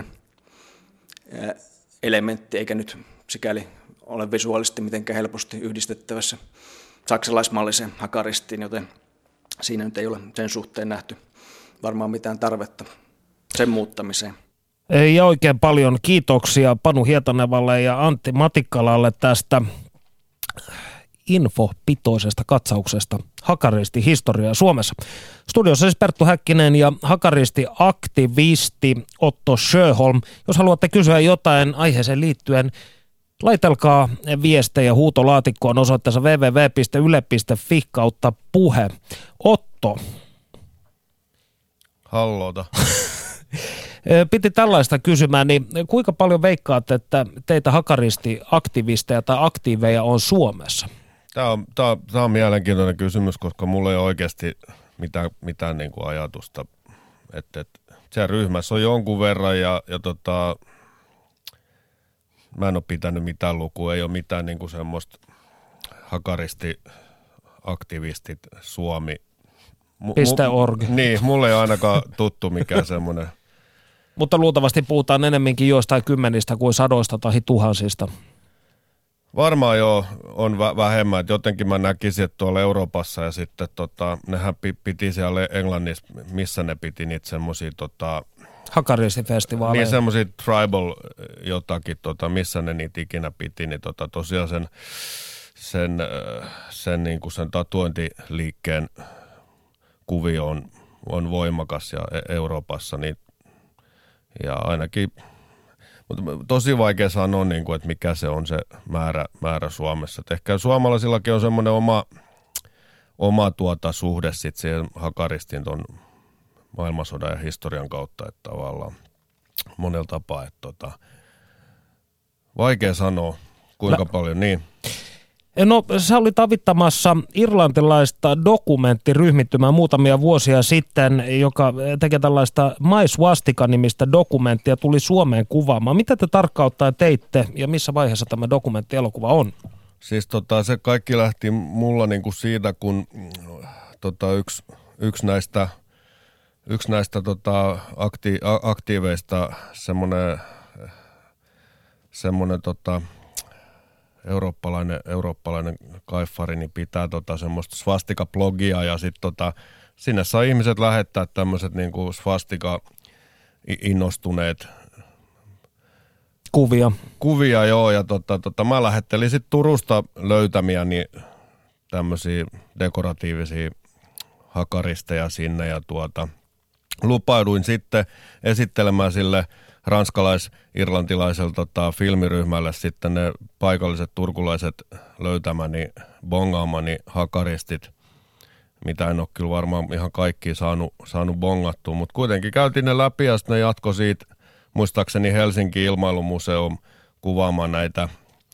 elementti, eikä nyt sikäli ole visuaalisesti mitenkään helposti yhdistettävässä saksalaismalliseen hakaristiin, joten siinä nyt ei ole sen suhteen nähty varmaan mitään tarvetta sen muuttamiseen. Ja oikein paljon kiitoksia Panu Hietanevalle ja Antti Matikkalalle tästä infopitoisesta katsauksesta hakaristi historiaa Suomessa. Studiossa siis Perttu Häkkinen ja hakaristi-aktivisti Otto Sjöholm. Jos haluatte kysyä jotain aiheeseen liittyen, laitelkaa viestejä huutolaatikkoon osoitteessa www.yle.fi/puhe. Otto. Hallota. Piti tällaista kysymään, niin kuinka paljon veikkaat, että teitä hakaristi-aktivisteja tai aktiiveja on Suomessa? Tämä on mielenkiintoinen kysymys, koska mulla ei ole oikeasti mitään niin kuin ajatusta. Että siellä ryhmässä on jonkun verran ja mä en ole pitänyt mitään lukua, ei ole mitään niin kuin semmoista hakaristi-aktivistit Suomi. .org. Niin, mulle ei ole ainakaan tuttu mikään semmoinen. Mutta luultavasti puhutaan enemmänkin joistain kymmenistä kuin sadoista tai tuhansista. Varmaan joo, on vähemmän. Jotenkin mä näkisin, että tuolla Euroopassa ja sitten nehän piti siellä Englannissa, missä ne piti niitä semmoisia hakaristifestivaaleja. Niin semmoisia tribal jotakin, missä ne niitä ikinä piti, niin tosiaan sen niin kuin sen tatuointiliikkeen kuvio on voimakas ja Euroopassa, niin ja ainakin, mutta tosi vaikea sanoa, niin kuin, että mikä se on se määrä Suomessa. Et ehkä suomalaisillakin on semmoinen oma suhde sitten siihen hakaristiin tuon maailmansodan ja historian kautta, että tavallaan monella tapaa, että vaikea sanoa, kuinka paljon niin. No, sä olit avittamassa irlantilaista dokumenttiryhmittymää muutamia vuosia sitten, joka tekee tällaista My Swastika-nimistä dokumenttia, tuli Suomeen kuvaamaan. Mitä te tarkkaan teitte ja missä vaiheessa tämä dokumenttielokuva on? Siis se kaikki lähti mulla niinku siitä, kun yksi näistä aktiiveista semmoinen eurooppalainen kaiffari, niin pitää semmoista swastika-blogia ja sitten sinne saa ihmiset lähettää tämmöiset niinku swastika-innostuneet kuvia joo, ja mä lähettelin sitten Turusta löytämiäni tämmöisiä dekoratiivisia hakaristeja sinne ja lupauduin sitten esittelemään sille ranskalais-irlantilaisella filmiryhmälle sitten ne paikalliset turkulaiset löytämäni, bongaamani hakaristit, mitä en ole kyllä varmaan ihan kaikki saanut bongattua, mutta kuitenkin käytiin ne läpi ja sitten ne jatkoi siitä, muistaakseni Helsingin ilmailumuseum kuvaamaan näitä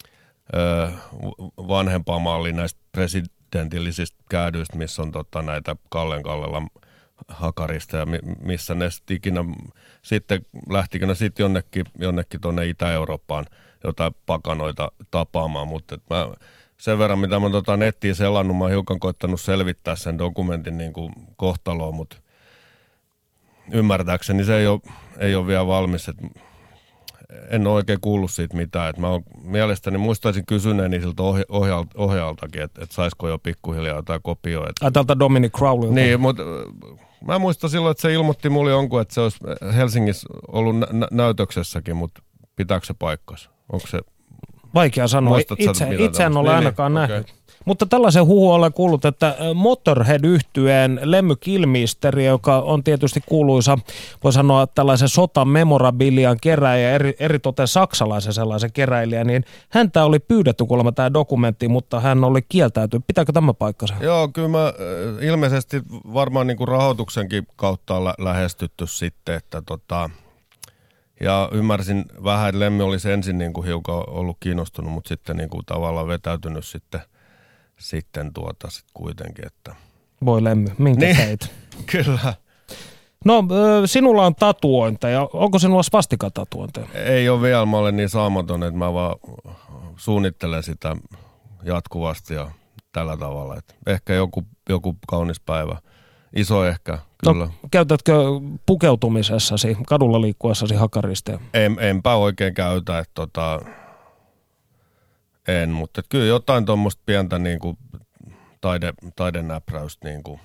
vanhempaa mallia näistä presidentillisistä käädyistä, missä on näitä Kallen hakaristeja, missä ne sitten lähtikö ne sitten jonnekin tuonne Itä-Eurooppaan jotain pakanoita tapaamaan, mutta mä sen verran, mitä mä nettiin selannut, mä oon hiukan koittanut selvittää sen dokumentin niin kuin kohtaloa, mutta ymmärtääkseni se ei ole vielä valmis, että en ole oikein kuullut siitä mitään, että mä oon mielestäni muistaisin kysyneeni siltä ohjaaltakin, että saisiko jo pikkuhiljaa jotain kopioita. Tältä Dominic Crowleylta. Niin, mutta mä muistan silloin, että se ilmoitti mulle jonkun, että se olisi Helsingissä ollut näytöksessäkin, mutta pitääkö se paikkansa? Onko se... Vaikea sanoa. Itse en ole ainakaan nähnyt. Okay. Mutta tällaisen huhun olen kuullut, että Motorhead-yhtyeen Lemmy Kilmister, joka on tietysti kuuluisa, voi sanoa tällaisen sotamemorabilian keräjä, eritoten saksalaisen sellaisen keräilijä, niin häntä oli pyydetty kuulemma tämä dokumentti, mutta hän oli kieltäytynyt. Pitääkö tämä paikkansa? Joo, kyllä mä ilmeisesti varmaan niin kuin rahoituksenkin kautta on lähestytty sitten, että ja ymmärsin vähän, että Lemmy olisi ensin niin kuin hiukan ollut kiinnostunut, mutta sitten niin kuin tavallaan vetäytynyt sitten kuitenkin, että... Voi Lemmy, minkä niin, teit? Kyllä. No, sinulla on tatuointeja. Onko sinulla swastika-tatuointeja? Ei ole vielä, mä olen niin saamaton, että mä vaan suunnittelen sitä jatkuvasti ja tällä tavalla. Et ehkä joku kaunis päivä. Iso ehkä, kyllä. No, käytätkö pukeutumisessasi, kadulla liikkuessasi hakaristeja? Enpä oikein käytä, että en, mutta kyllä jotain tuommoista pientä niinku taidenäpräystä niinku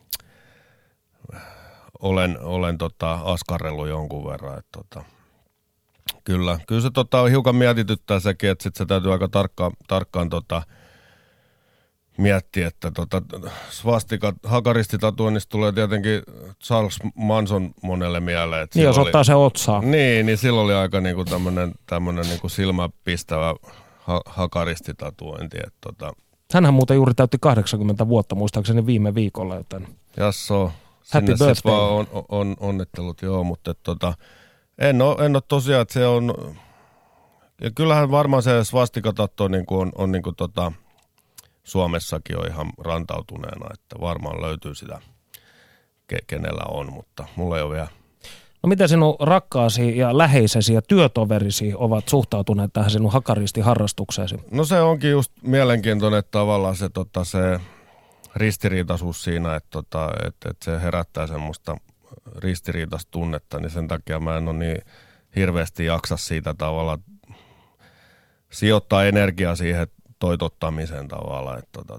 olen askarrellut jonkun verran, että kyllä se hiukan mietityttää sekin, että sit se täytyy aika tarkkaan miettiä, että svastika hakaristitatuoinnista tulee tietenkin Charles Manson monelle mieleen. Niin, jos ottaa se otsaa. Niin silloin oli aika niinku tämmönen niinku silmäpistävä hakaristitatuointi. Hänhän muuten juuri täytti 80 vuotta, muistaakseni viime viikolla, joten... Jasso, Happy sinne birthday. vaan on onnittelut, joo, mutta en ole tosiaan, että se on... Ja kyllähän varmaan se svastikatatto on niinku Suomessakin on ihan rantautuneena, että varmaan löytyy sitä, kenellä on, mutta mulla ei ole vielä. No miten sinun rakkaasi ja läheisesi ja työtoverisi ovat suhtautuneet tähän sinun hakaristiharrastukseesi? No se onkin just mielenkiintoinen, että tavallaan se ristiriitaisuus siinä, että se herättää semmoista ristiriitaista tunnetta, niin sen takia mä en ole niin hirveästi jaksa siitä tavalla sijoittaa energiaa siihen toitottamiseen tavallaan,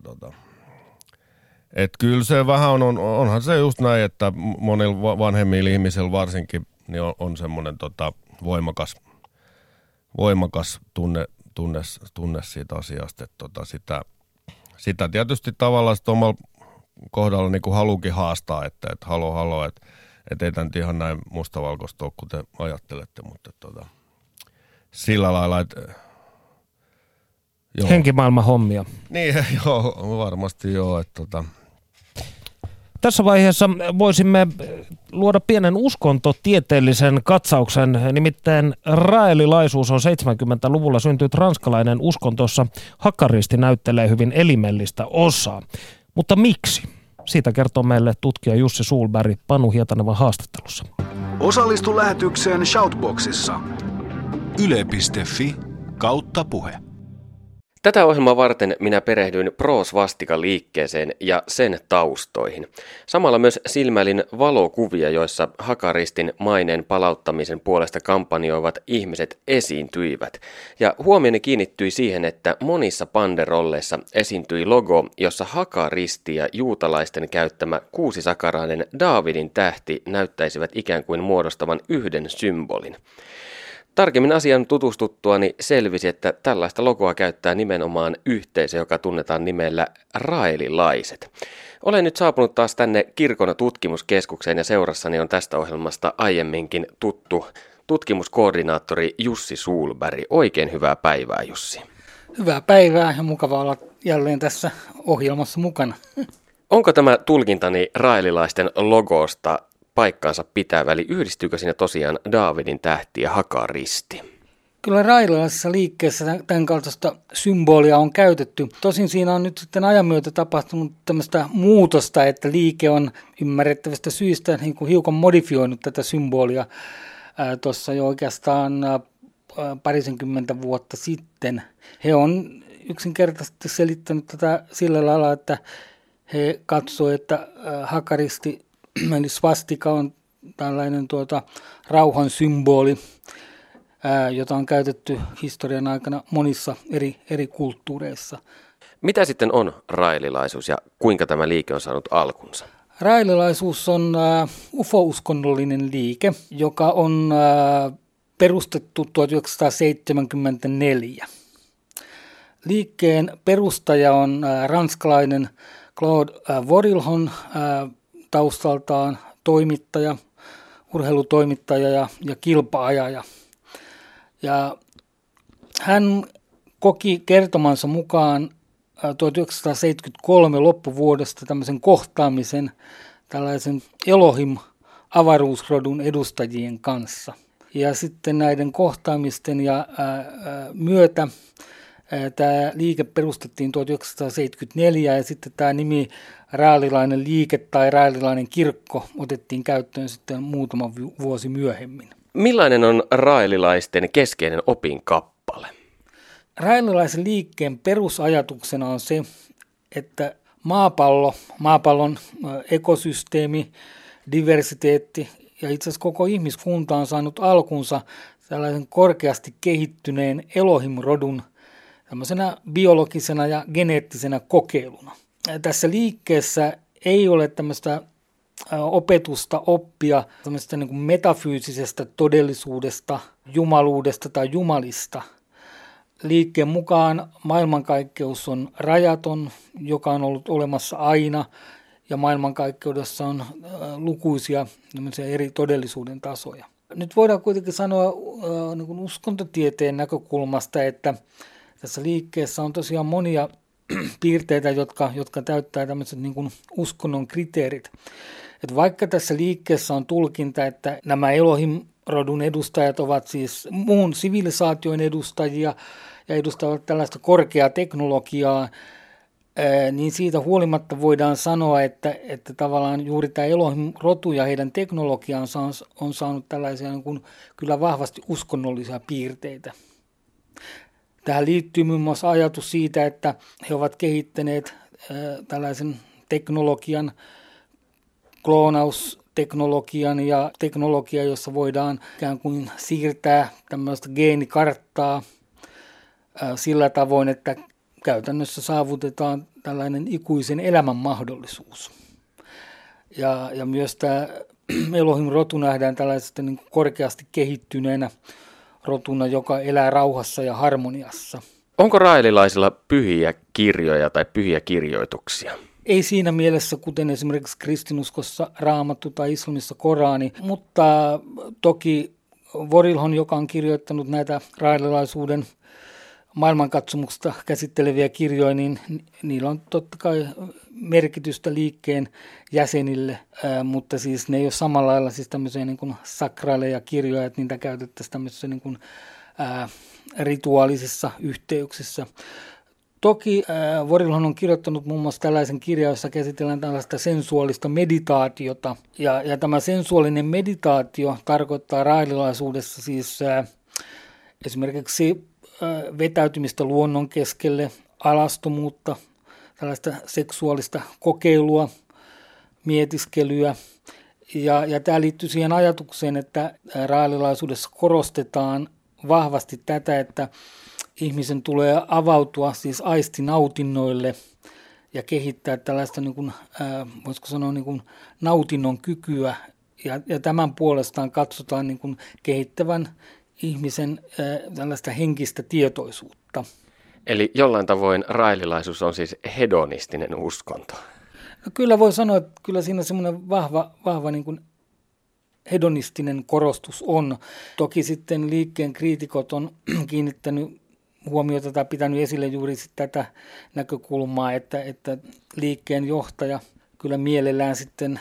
että kyllä se vähän onhan se just näin, että monilla vanhemmilla ihmisillä varsinkin niin on semmoinen voimakas tunne siitä asiasta, että sitä tietysti tavallaan omalla kohdalla niin kuin haluukin haastaa, että halo, että ei tämä nyt ihan näin mustavalkoista ole, kuten ajattelette, mutta sillä lailla, että Henkimaailman hommia. Niin, joo, varmasti joo. Että Tässä vaiheessa voisimme luoda pienen uskontotieteellisen katsauksen, nimittäin raelilaisuus on 70-luvulla syntynyt ranskalainen uskonto, jossa hakaristi näyttelee hyvin elimellistä osaa. Mutta miksi? Siitä kertoo meille tutkija Jussi Sulberg Panu Hietanevan haastattelussa. Osallistu lähetykseen Shoutboxissa. yle.fi/puhe. Tätä ohjelmaa varten minä perehdyin pro-svastika-liikkeeseen ja sen taustoihin. Samalla myös silmäilin valokuvia, joissa hakaristin maineen palauttamisen puolesta kampanjoivat ihmiset esiintyivät. Ja huomioni kiinnittyi siihen, että monissa banderolleissa esiintyi logo, jossa hakaristi ja juutalaisten käyttämä kuusisakarainen Daavidin tähti näyttäisivät ikään kuin muodostavan yhden symbolin. Tarkemmin asian tutustuttuani selvisi, että tällaista logoa käyttää nimenomaan yhteisö, joka tunnetaan nimellä raelilaiset. Olen nyt saapunut taas tänne kirkon tutkimuskeskukseen ja seurassani on tästä ohjelmasta aiemminkin tuttu tutkimuskoordinaattori Jussi Sulberg. Oikein hyvää päivää, Jussi. Hyvää päivää ja mukava olla jälleen tässä ohjelmassa mukana. Onko tämä tulkintani raelilaisten logosta paikkaansa pitävä, eli yhdistyykö siinä tosiaan Daavidin tähti ja hakaristi? Kyllä raelilaisessa liikkeessä tämän kaltaista symbolia on käytetty. Tosin siinä on nyt sitten ajan myötä tapahtunut tämmöistä muutosta, että liike on ymmärrettävistä syistä niin kuin hiukan modifioinut tätä symbolia tuossa jo oikeastaan parisenkymmentä vuotta sitten. He on yksinkertaisesti selittänyt tätä sillä lailla, että he katsovat, että hakaristi eli svastika on tällainen rauhan symboli, jota on käytetty historian aikana monissa eri kulttuureissa. Mitä sitten on raelilaisuus ja kuinka tämä liike on saanut alkunsa? Raelilaisuus on ufo-uskonnollinen liike, joka on perustettu 1974. Liikkeen perustaja on ranskalainen Claude Vorilhon, taustaltaan toimittaja, urheilutoimittaja ja kilpa-ajaja. Ja hän koki kertomansa mukaan 1973 loppuvuodesta tämmöisen kohtaamisen tällaisen Elohim-avaruusrodun edustajien kanssa. Ja sitten näiden kohtaamisten ja myötä tämä liike perustettiin 1974 ja sitten tämä nimi raelilainen liike tai raelilainen kirkko otettiin käyttöön sitten muutama vuosi myöhemmin. Millainen on raelilaisten keskeinen opinkappale? Raelilaisen liikkeen perusajatuksena on se, että maapallon ekosysteemi, diversiteetti ja itse asiassa koko ihmiskunta on saanut alkunsa tällaisen korkeasti kehittyneen Elohim-rodun tämmöisenä biologisena ja geneettisenä kokeiluna. Tässä liikkeessä ei ole tämmöistä opetusta, oppia tämmöistä niin kuin metafyysisestä todellisuudesta, jumaluudesta tai jumalista. Liikkeen mukaan maailmankaikkeus on rajaton, joka on ollut olemassa aina, ja maailmankaikkeudessa on lukuisia eri todellisuuden tasoja. Nyt voidaan kuitenkin sanoa niin kuin uskontotieteen näkökulmasta, että tässä liikkeessä on tosiaan monia piirteitä, jotka täyttää tämmöiset niin kuin uskonnon kriteerit. Että vaikka tässä liikkeessä on tulkinta, että nämä Elohim-rodun edustajat ovat siis muun sivilisaation edustajia ja edustavat tällaista korkeaa teknologiaa, niin siitä huolimatta voidaan sanoa, että tavallaan juuri tämä Elohim-rotu ja heidän teknologiansa on saanut tällaisia niin kuin kyllä vahvasti uskonnollisia piirteitä. Tähän liittyy muun muassa ajatus siitä, että he ovat kehittäneet tällaisen teknologian, kloonausteknologian ja teknologia, jossa voidaan ikään kuin siirtää tämmöistä geenikarttaa sillä tavoin, että käytännössä saavutetaan tällainen ikuisen elämän mahdollisuus. Ja myös tämä Elohim-rotu nähdään tällaisesta niin korkeasti kehittyneenä rotuna, joka elää rauhassa ja harmoniassa. Onko raelilaisilla pyhiä kirjoja tai pyhiä kirjoituksia? Ei siinä mielessä, kuten esimerkiksi kristinuskossa Raamattu tai islamissa Korani, mutta toki Vorilhon, joka on kirjoittanut näitä raelilaisuuden maailmankatsomuksesta käsitteleviä kirjoja, niin niillä on totta kai merkitystä liikkeen jäsenille, mutta siis ne ei ole samalla lailla siis tämmöisiä niin kuin sakraaleja kirjoja, että niitä käytettäisiin tämmöisissä niin kuin, rituaalisissa yhteyksissä. Toki Vorilhon on kirjoittanut muun muassa tällaisen kirjan, jossa käsitellään tällaista sensuaalista meditaatiota. Ja tämä sensuaalinen meditaatio tarkoittaa raelilaisuudessa siis esimerkiksi vetäytymistä luonnon keskelle, alastomuutta, tällaista seksuaalista kokeilua, mietiskelyä. Ja tämä liittyy siihen ajatukseen, että raelilaisuudessa korostetaan vahvasti tätä, että ihmisen tulee avautua siis aistinautinnoille ja kehittää tällaista, niin kuin, voisiko sanoa, niin kuin nautinnon kykyä. Ja tämän puolestaan katsotaan niin kuin kehittävän ihmisen tällaista henkistä tietoisuutta. Eli jollain tavoin raelilaisuus on siis hedonistinen uskonto. No kyllä voi sanoa, että kyllä siinä semmoinen vahva niin kuin hedonistinen korostus on. Toki sitten liikkeen kriitikot on kiinnittänyt huomiota tai pitänyt esille juuri tätä näkökulmaa, että liikkeen johtaja kyllä mielellään sitten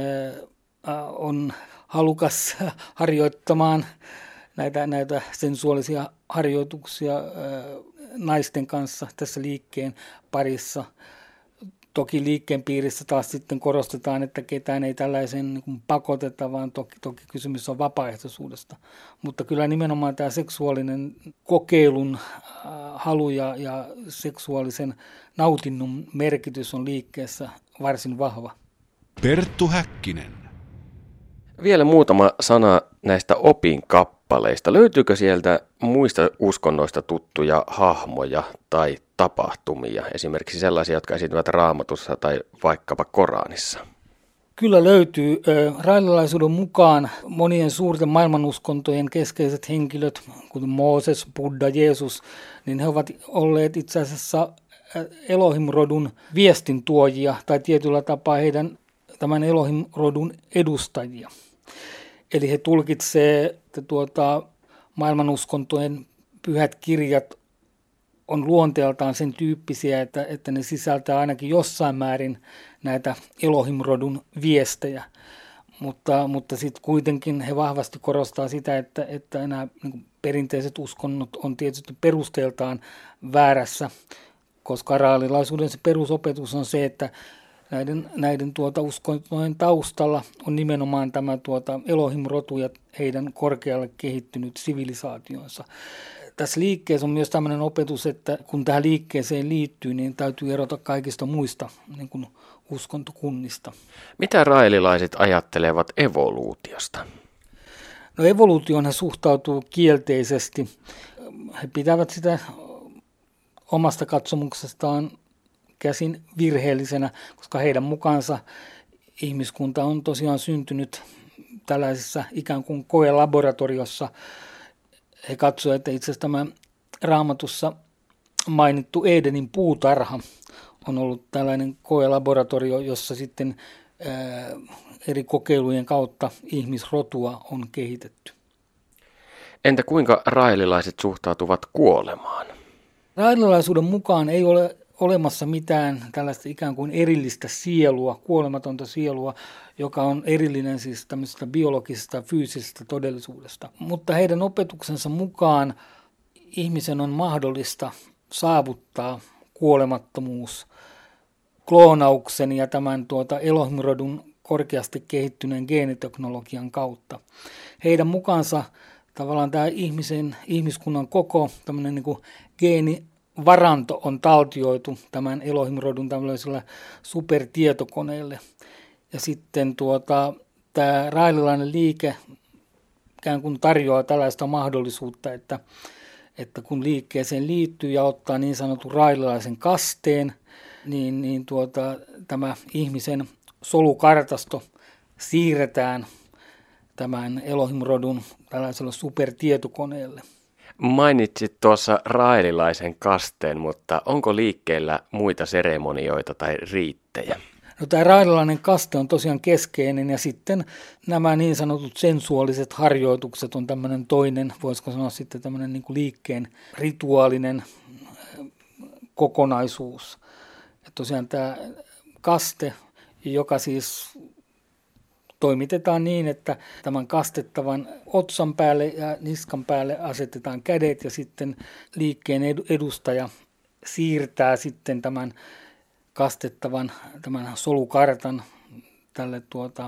on halukas harjoittamaan näitä sensuaalisia harjoituksia naisten kanssa tässä liikkeen parissa. Toki liikkeen piirissä taas sitten korostetaan, että ketään ei tällaisen niin kuin pakoteta, vaan toki kysymys on vapaaehtoisuudesta. Mutta kyllä nimenomaan tämä seksuaalinen kokeilun halu ja seksuaalisen nautinnon merkitys on liikkeessä varsin vahva. Perttu Häkkinen. Vielä muutama sana näistä opinkappaleista. Löytyykö sieltä muista uskonnoista tuttuja hahmoja tai tapahtumia, esimerkiksi sellaisia, jotka esiintyvät Raamatussa tai vaikkapa Koranissa? Kyllä löytyy. Raelilaisuuden mukaan monien suurten maailmanuskontojen keskeiset henkilöt, kuten Mooses, Buddha, Jeesus, niin he ovat olleet itse asiassa Elohim-rodun viestintuojia tai tietyllä tapaa heidän tämän Elohim-rodun edustajia. Eli he tulkitsevat, että maailmanuskontojen pyhät kirjat on luonteeltaan sen tyyppisiä, että ne sisältää ainakin jossain määrin näitä Elohim-rodun viestejä. Mutta sitten kuitenkin he vahvasti korostaa sitä, että nämä niin perinteiset uskonnot on tietysti perusteeltaan väärässä, koska raelilaisuuden se perusopetus on se, että näiden uskontojen taustalla on nimenomaan tämä Elohim-rotu ja heidän korkealle kehittynyt sivilisaationsa. tässä liikkeessä on myös tämmöinen opetus, että kun tähän liikkeeseen liittyy, niin täytyy erota kaikista muista niin kuin uskontokunnista. Mitä raelilaiset ajattelevat evoluutiosta? No evoluutioon he suhtautuu kielteisesti. He pitävät sitä omasta katsomuksestaan käsin virheellisenä, koska heidän mukaansa ihmiskunta on tosiaan syntynyt tällaisessa ikään kuin koelaboratoriossa. He katsoivat, että itse asiassa tämä Raamatussa mainittu Edenin puutarha on ollut tällainen koelaboratorio, jossa sitten eri kokeilujen kautta ihmisrotua on kehitetty. Entä kuinka raelilaiset suhtautuvat kuolemaan? Raelilaisuuden mukaan ei ole olemassa mitään tällaista ikään kuin erillistä sielua, kuolematonta sielua, joka on erillinen siis tämmöisestä biologisesta ja fyysisestä todellisuudesta. Mutta heidän opetuksensa mukaan ihmisen on mahdollista saavuttaa kuolemattomuus kloonauksen ja tämän Elohim-rodun korkeasti kehittyneen geeniteknologian kautta. Heidän mukaansa tavallaan tämä ihmiskunnan koko tämmöinen niin kuin geenivaranto on taltioitu tämän Elohim-rodun tämmöisellä supertietokoneelle. Ja sitten tämä raelilainen liike ikään kuin tarjoaa tällaista mahdollisuutta, että kun liikkeeseen liittyy ja ottaa niin sanotun raelilaisen kasteen, niin tämä ihmisen solukartasto siirretään tämän Elohim-rodun tällaisella supertietokoneelle. Mainitsit tuossa raelilaisen kasteen, mutta onko liikkeellä muita seremonioita tai riittejä? No, tämä raelilainen kaste on tosiaan keskeinen ja sitten nämä niin sanotut sensuaaliset harjoitukset on tämmöinen toinen, voisiko sanoa sitten tämmöinen niin kuin liikkeen rituaalinen kokonaisuus. Ja tosiaan tämä kaste, joka siis toimitetaan niin, että tämän kastettavan otsan päälle ja niskan päälle asetetaan kädet ja sitten liikkeen edustaja siirtää sitten tämän kastettavan tämän solukartan tälle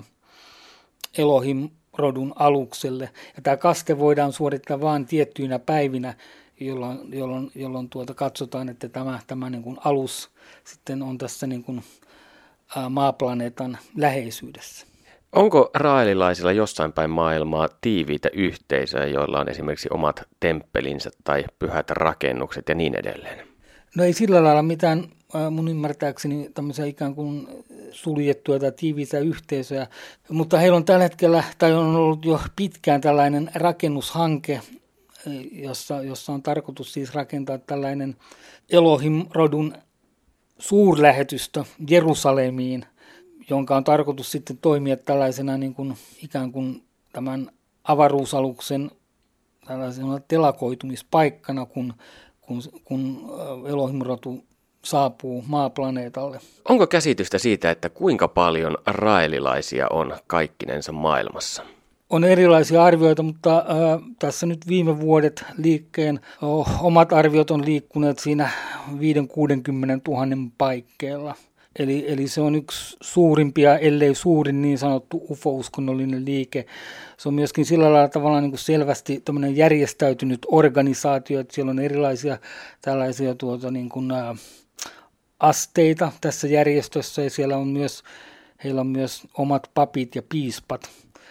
Elohim-rodun alukselle. Ja tämä kaste voidaan suorittaa vain tiettyinä päivinä, jolloin katsotaan, että tämä niin kuin alus sitten on tässä niin kuin maaplaneetan läheisyydessä. Onko raelilaisilla jossain päin maailmaa tiiviitä yhteisöjä, joilla on esimerkiksi omat temppelinsä tai pyhät rakennukset ja niin edelleen? No ei sillä lailla mitään mun ymmärtääkseni tämmöisiä ikään kuin suljettuja tai tiiviitä yhteisöjä, mutta heillä on tällä hetkellä, tai on ollut jo pitkään tällainen rakennushanke, jossa on tarkoitus siis rakentaa tällainen Elohim-rodun suurlähetystö Jerusalemiin, jonka on tarkoitus sitten toimia tällaisena niin kuin, ikään kuin tämän avaruusaluksen tällaisena telakoitumispaikkana, kun Elohim-rotu saapuu maaplaneetalle. Onko käsitystä siitä, että kuinka paljon raelilaisia on kaikkinensa maailmassa? On erilaisia arvioita, mutta tässä nyt viime vuodet liikkeen omat arviot on liikkuneet siinä 5-60 000 paikkeilla. Eli se on yksi suurimpia, ellei suurin niin sanottu ufo-uskonnollinen liike. Se on myöskin sillä lailla tavallaan niin kuin selvästi tämmöinen järjestäytynyt organisaatio, että siellä on erilaisia tällaisia niin kuin, asteita tässä järjestössä ja siellä on heillä on myös omat papit ja piispat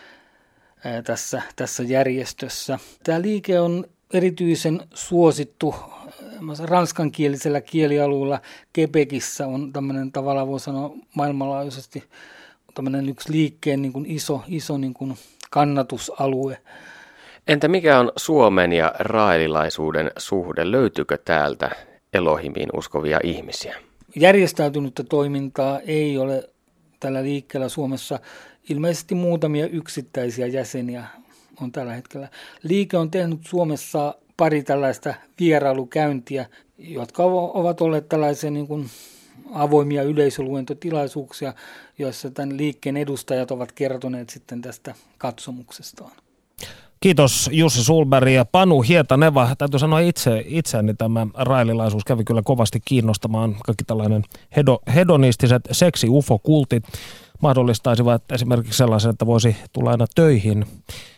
tässä järjestössä. Tämä liike on erityisen suosittu ranskankielisellä kielialueella. Quebecissä on tämmöinen tavallaan voi sanoa maailmanlaajuisesti tämmöinen yksi liikkeen niin kuin iso niin kuin kannatusalue. Entä mikä on Suomen ja raelilaisuuden suhde? Löytyykö täältä Elohimiin uskovia ihmisiä? Järjestäytynyttä toimintaa ei ole tällä liikkeellä Suomessa. Ilmeisesti muutamia yksittäisiä jäseniä on tällä hetkellä. Liike on tehnyt Suomessa pari tällaista vierailukäyntiä, jotka ovat olleet tällaisia niin kuin avoimia yleisöluentotilaisuuksia, joissa tämän liikkeen edustajat ovat kertoneet sitten tästä katsomuksestaan. Kiitos Jussi Sulberg ja Panu Hietaneva. Täytyy sanoa itseäni tämä raelilaisuus kävi kyllä kovasti kiinnostamaan. Kaikki tällainen hedonistiset seksi-ufo-kultit mahdollistaisivat esimerkiksi sellaisen, että voisi tulla aina töihin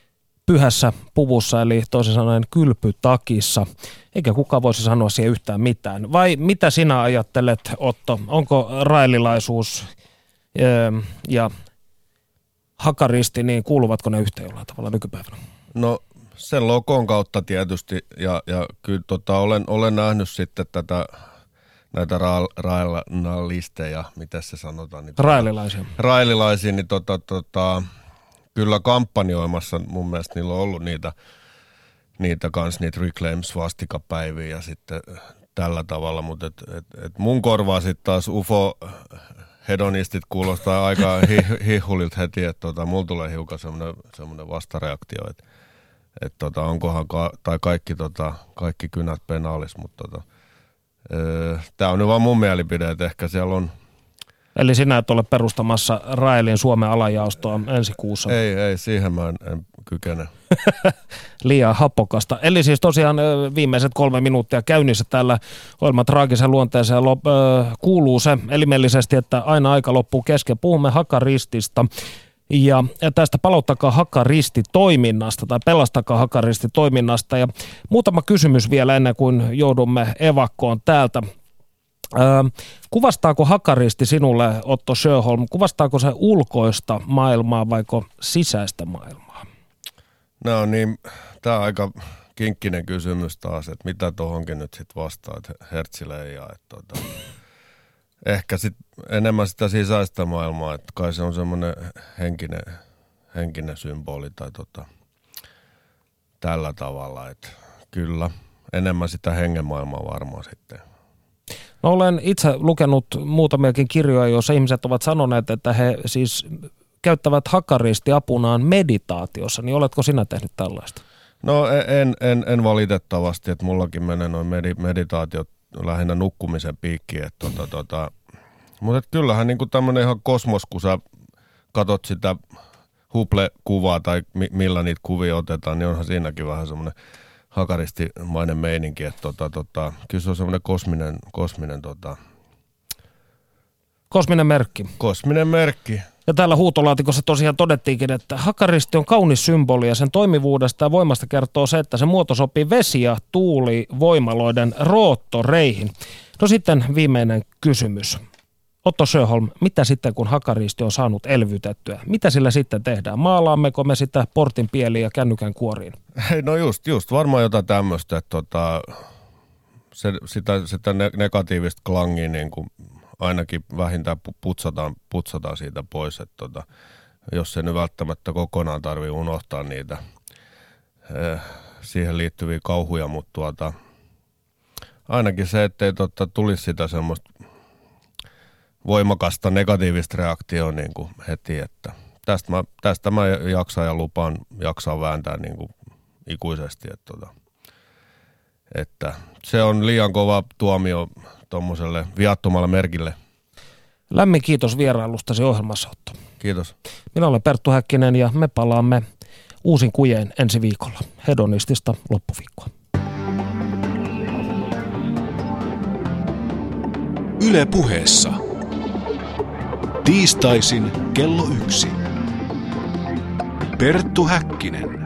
pyhässä puvussa, eli toisin sanoen kylpytakissa, eikä kukaan voisi sanoa siihen yhtään mitään. Vai mitä sinä ajattelet, Otto? Onko raelilaisuus ja hakaristi, niin kuuluvatko ne yhteen jollain tavalla nykypäivänä? No sen lokon kautta tietysti, ja kyllä olen nähnyt sitten näitä raelalisteja, mitä se sanotaan? Niin raelilaisia, niin kyllä kampanjoimassa mun mielestä niillä on ollut niitä Reclaim-svastikapäiviä ja sitten tällä tavalla, mutta et mun korvaa sitten taas UFO-hedonistit kuulostaa aika hihulilta heti, että mulla tulee hiukan semmoinen vastareaktio, että onkohan tai kaikki kynät penaalis, mutta tämä on nyt vaan mun mielipide, että ehkä siellä on. Eli sinä et ole perustamassa Raelin Suomen alajaostoa ensi kuussa? Ei, siihen mä en kykene. Liian hapokasta. Eli siis tosiaan viimeiset 3 minuuttia käynnissä täällä ohjelman traagisen luonteeseen kuuluu se elimellisesti, että aina aika loppuu kesken. Puhumme hakaristista ja tästä Palauttakaa hakaristi -toiminnasta tai Pelastakaa hakaristi -toiminnasta. Ja muutama kysymys vielä ennen kuin joudumme evakkoon täältä. Kuvastaako hakaristi sinulle, Otto Sjöholm, kuvastaako se ulkoista maailmaa vaiko sisäistä maailmaa? No niin, tämä on aika kinkkinen kysymys taas, että mitä tuohonkin nyt sitten vastaa, että hertsileijaa. Ehkä sitten enemmän sitä sisäistä maailmaa, että kai se on semmoinen henkinen symboli tai tällä tavalla, että kyllä enemmän sitä hengen maailmaa varmaan sitten. No, olen itse lukenut muutamiakin kirjoja, joissa ihmiset ovat sanoneet, että he siis käyttävät hakaristi apunaan meditaatiossa, niin oletko sinä tehnyt tällaista? No en valitettavasti, että mullakin menee noin meditaatiot lähinnä nukkumisen piikkiin, mutta kyllähän niin kuin tämmöinen ihan kosmos, kun sä katot sitä Hubble-kuvaa tai millä niitä kuvia otetaan, niin onhan siinäkin vähän semmoinen hakaristimainen meininki, että kyllä se on semmoinen kosminen merkki. Kosminen merkki. Ja täällä huutolaatikossa tosiaan todettiinkin, että hakaristi on kaunis symboli ja sen toimivuudesta ja voimasta kertoo se, että se muoto sopii vesi- ja tuulivoimaloiden roottoreihin. No sitten viimeinen kysymys. Otto Sjöholm, mitä sitten kun hakaristi on saanut elvytettyä? Mitä sillä sitten tehdään? Maalaammeko me sitä portin pieliin ja kännykän kuoriin? No just varmaan jotain tämmöistä, että sitä negatiivista klangia niin kuin ainakin vähintään putsataan siitä pois, että jos se nyt välttämättä kokonaan tarvii unohtaa niitä siihen liittyviä kauhuja, mutta ainakin se, ettei tulisi sitä semmoista voimakasta negatiivista reaktioa niin kuin heti, että tästä mä jaksan ja lupaan jaksaa vääntää niin kuin ikuisesti, että se on liian kova tuomio tuommoiselle viattomalle merkille. Lämmin kiitos vierailustasi ohjelmassa, Otto. Kiitos. Minä olen Perttu Häkkinen ja me palaamme uusin kujeen ensi viikolla. Hedonistista loppuviikkoa. Yle Puheessa. Tiistaisin kello 1. Perttu Häkkinen.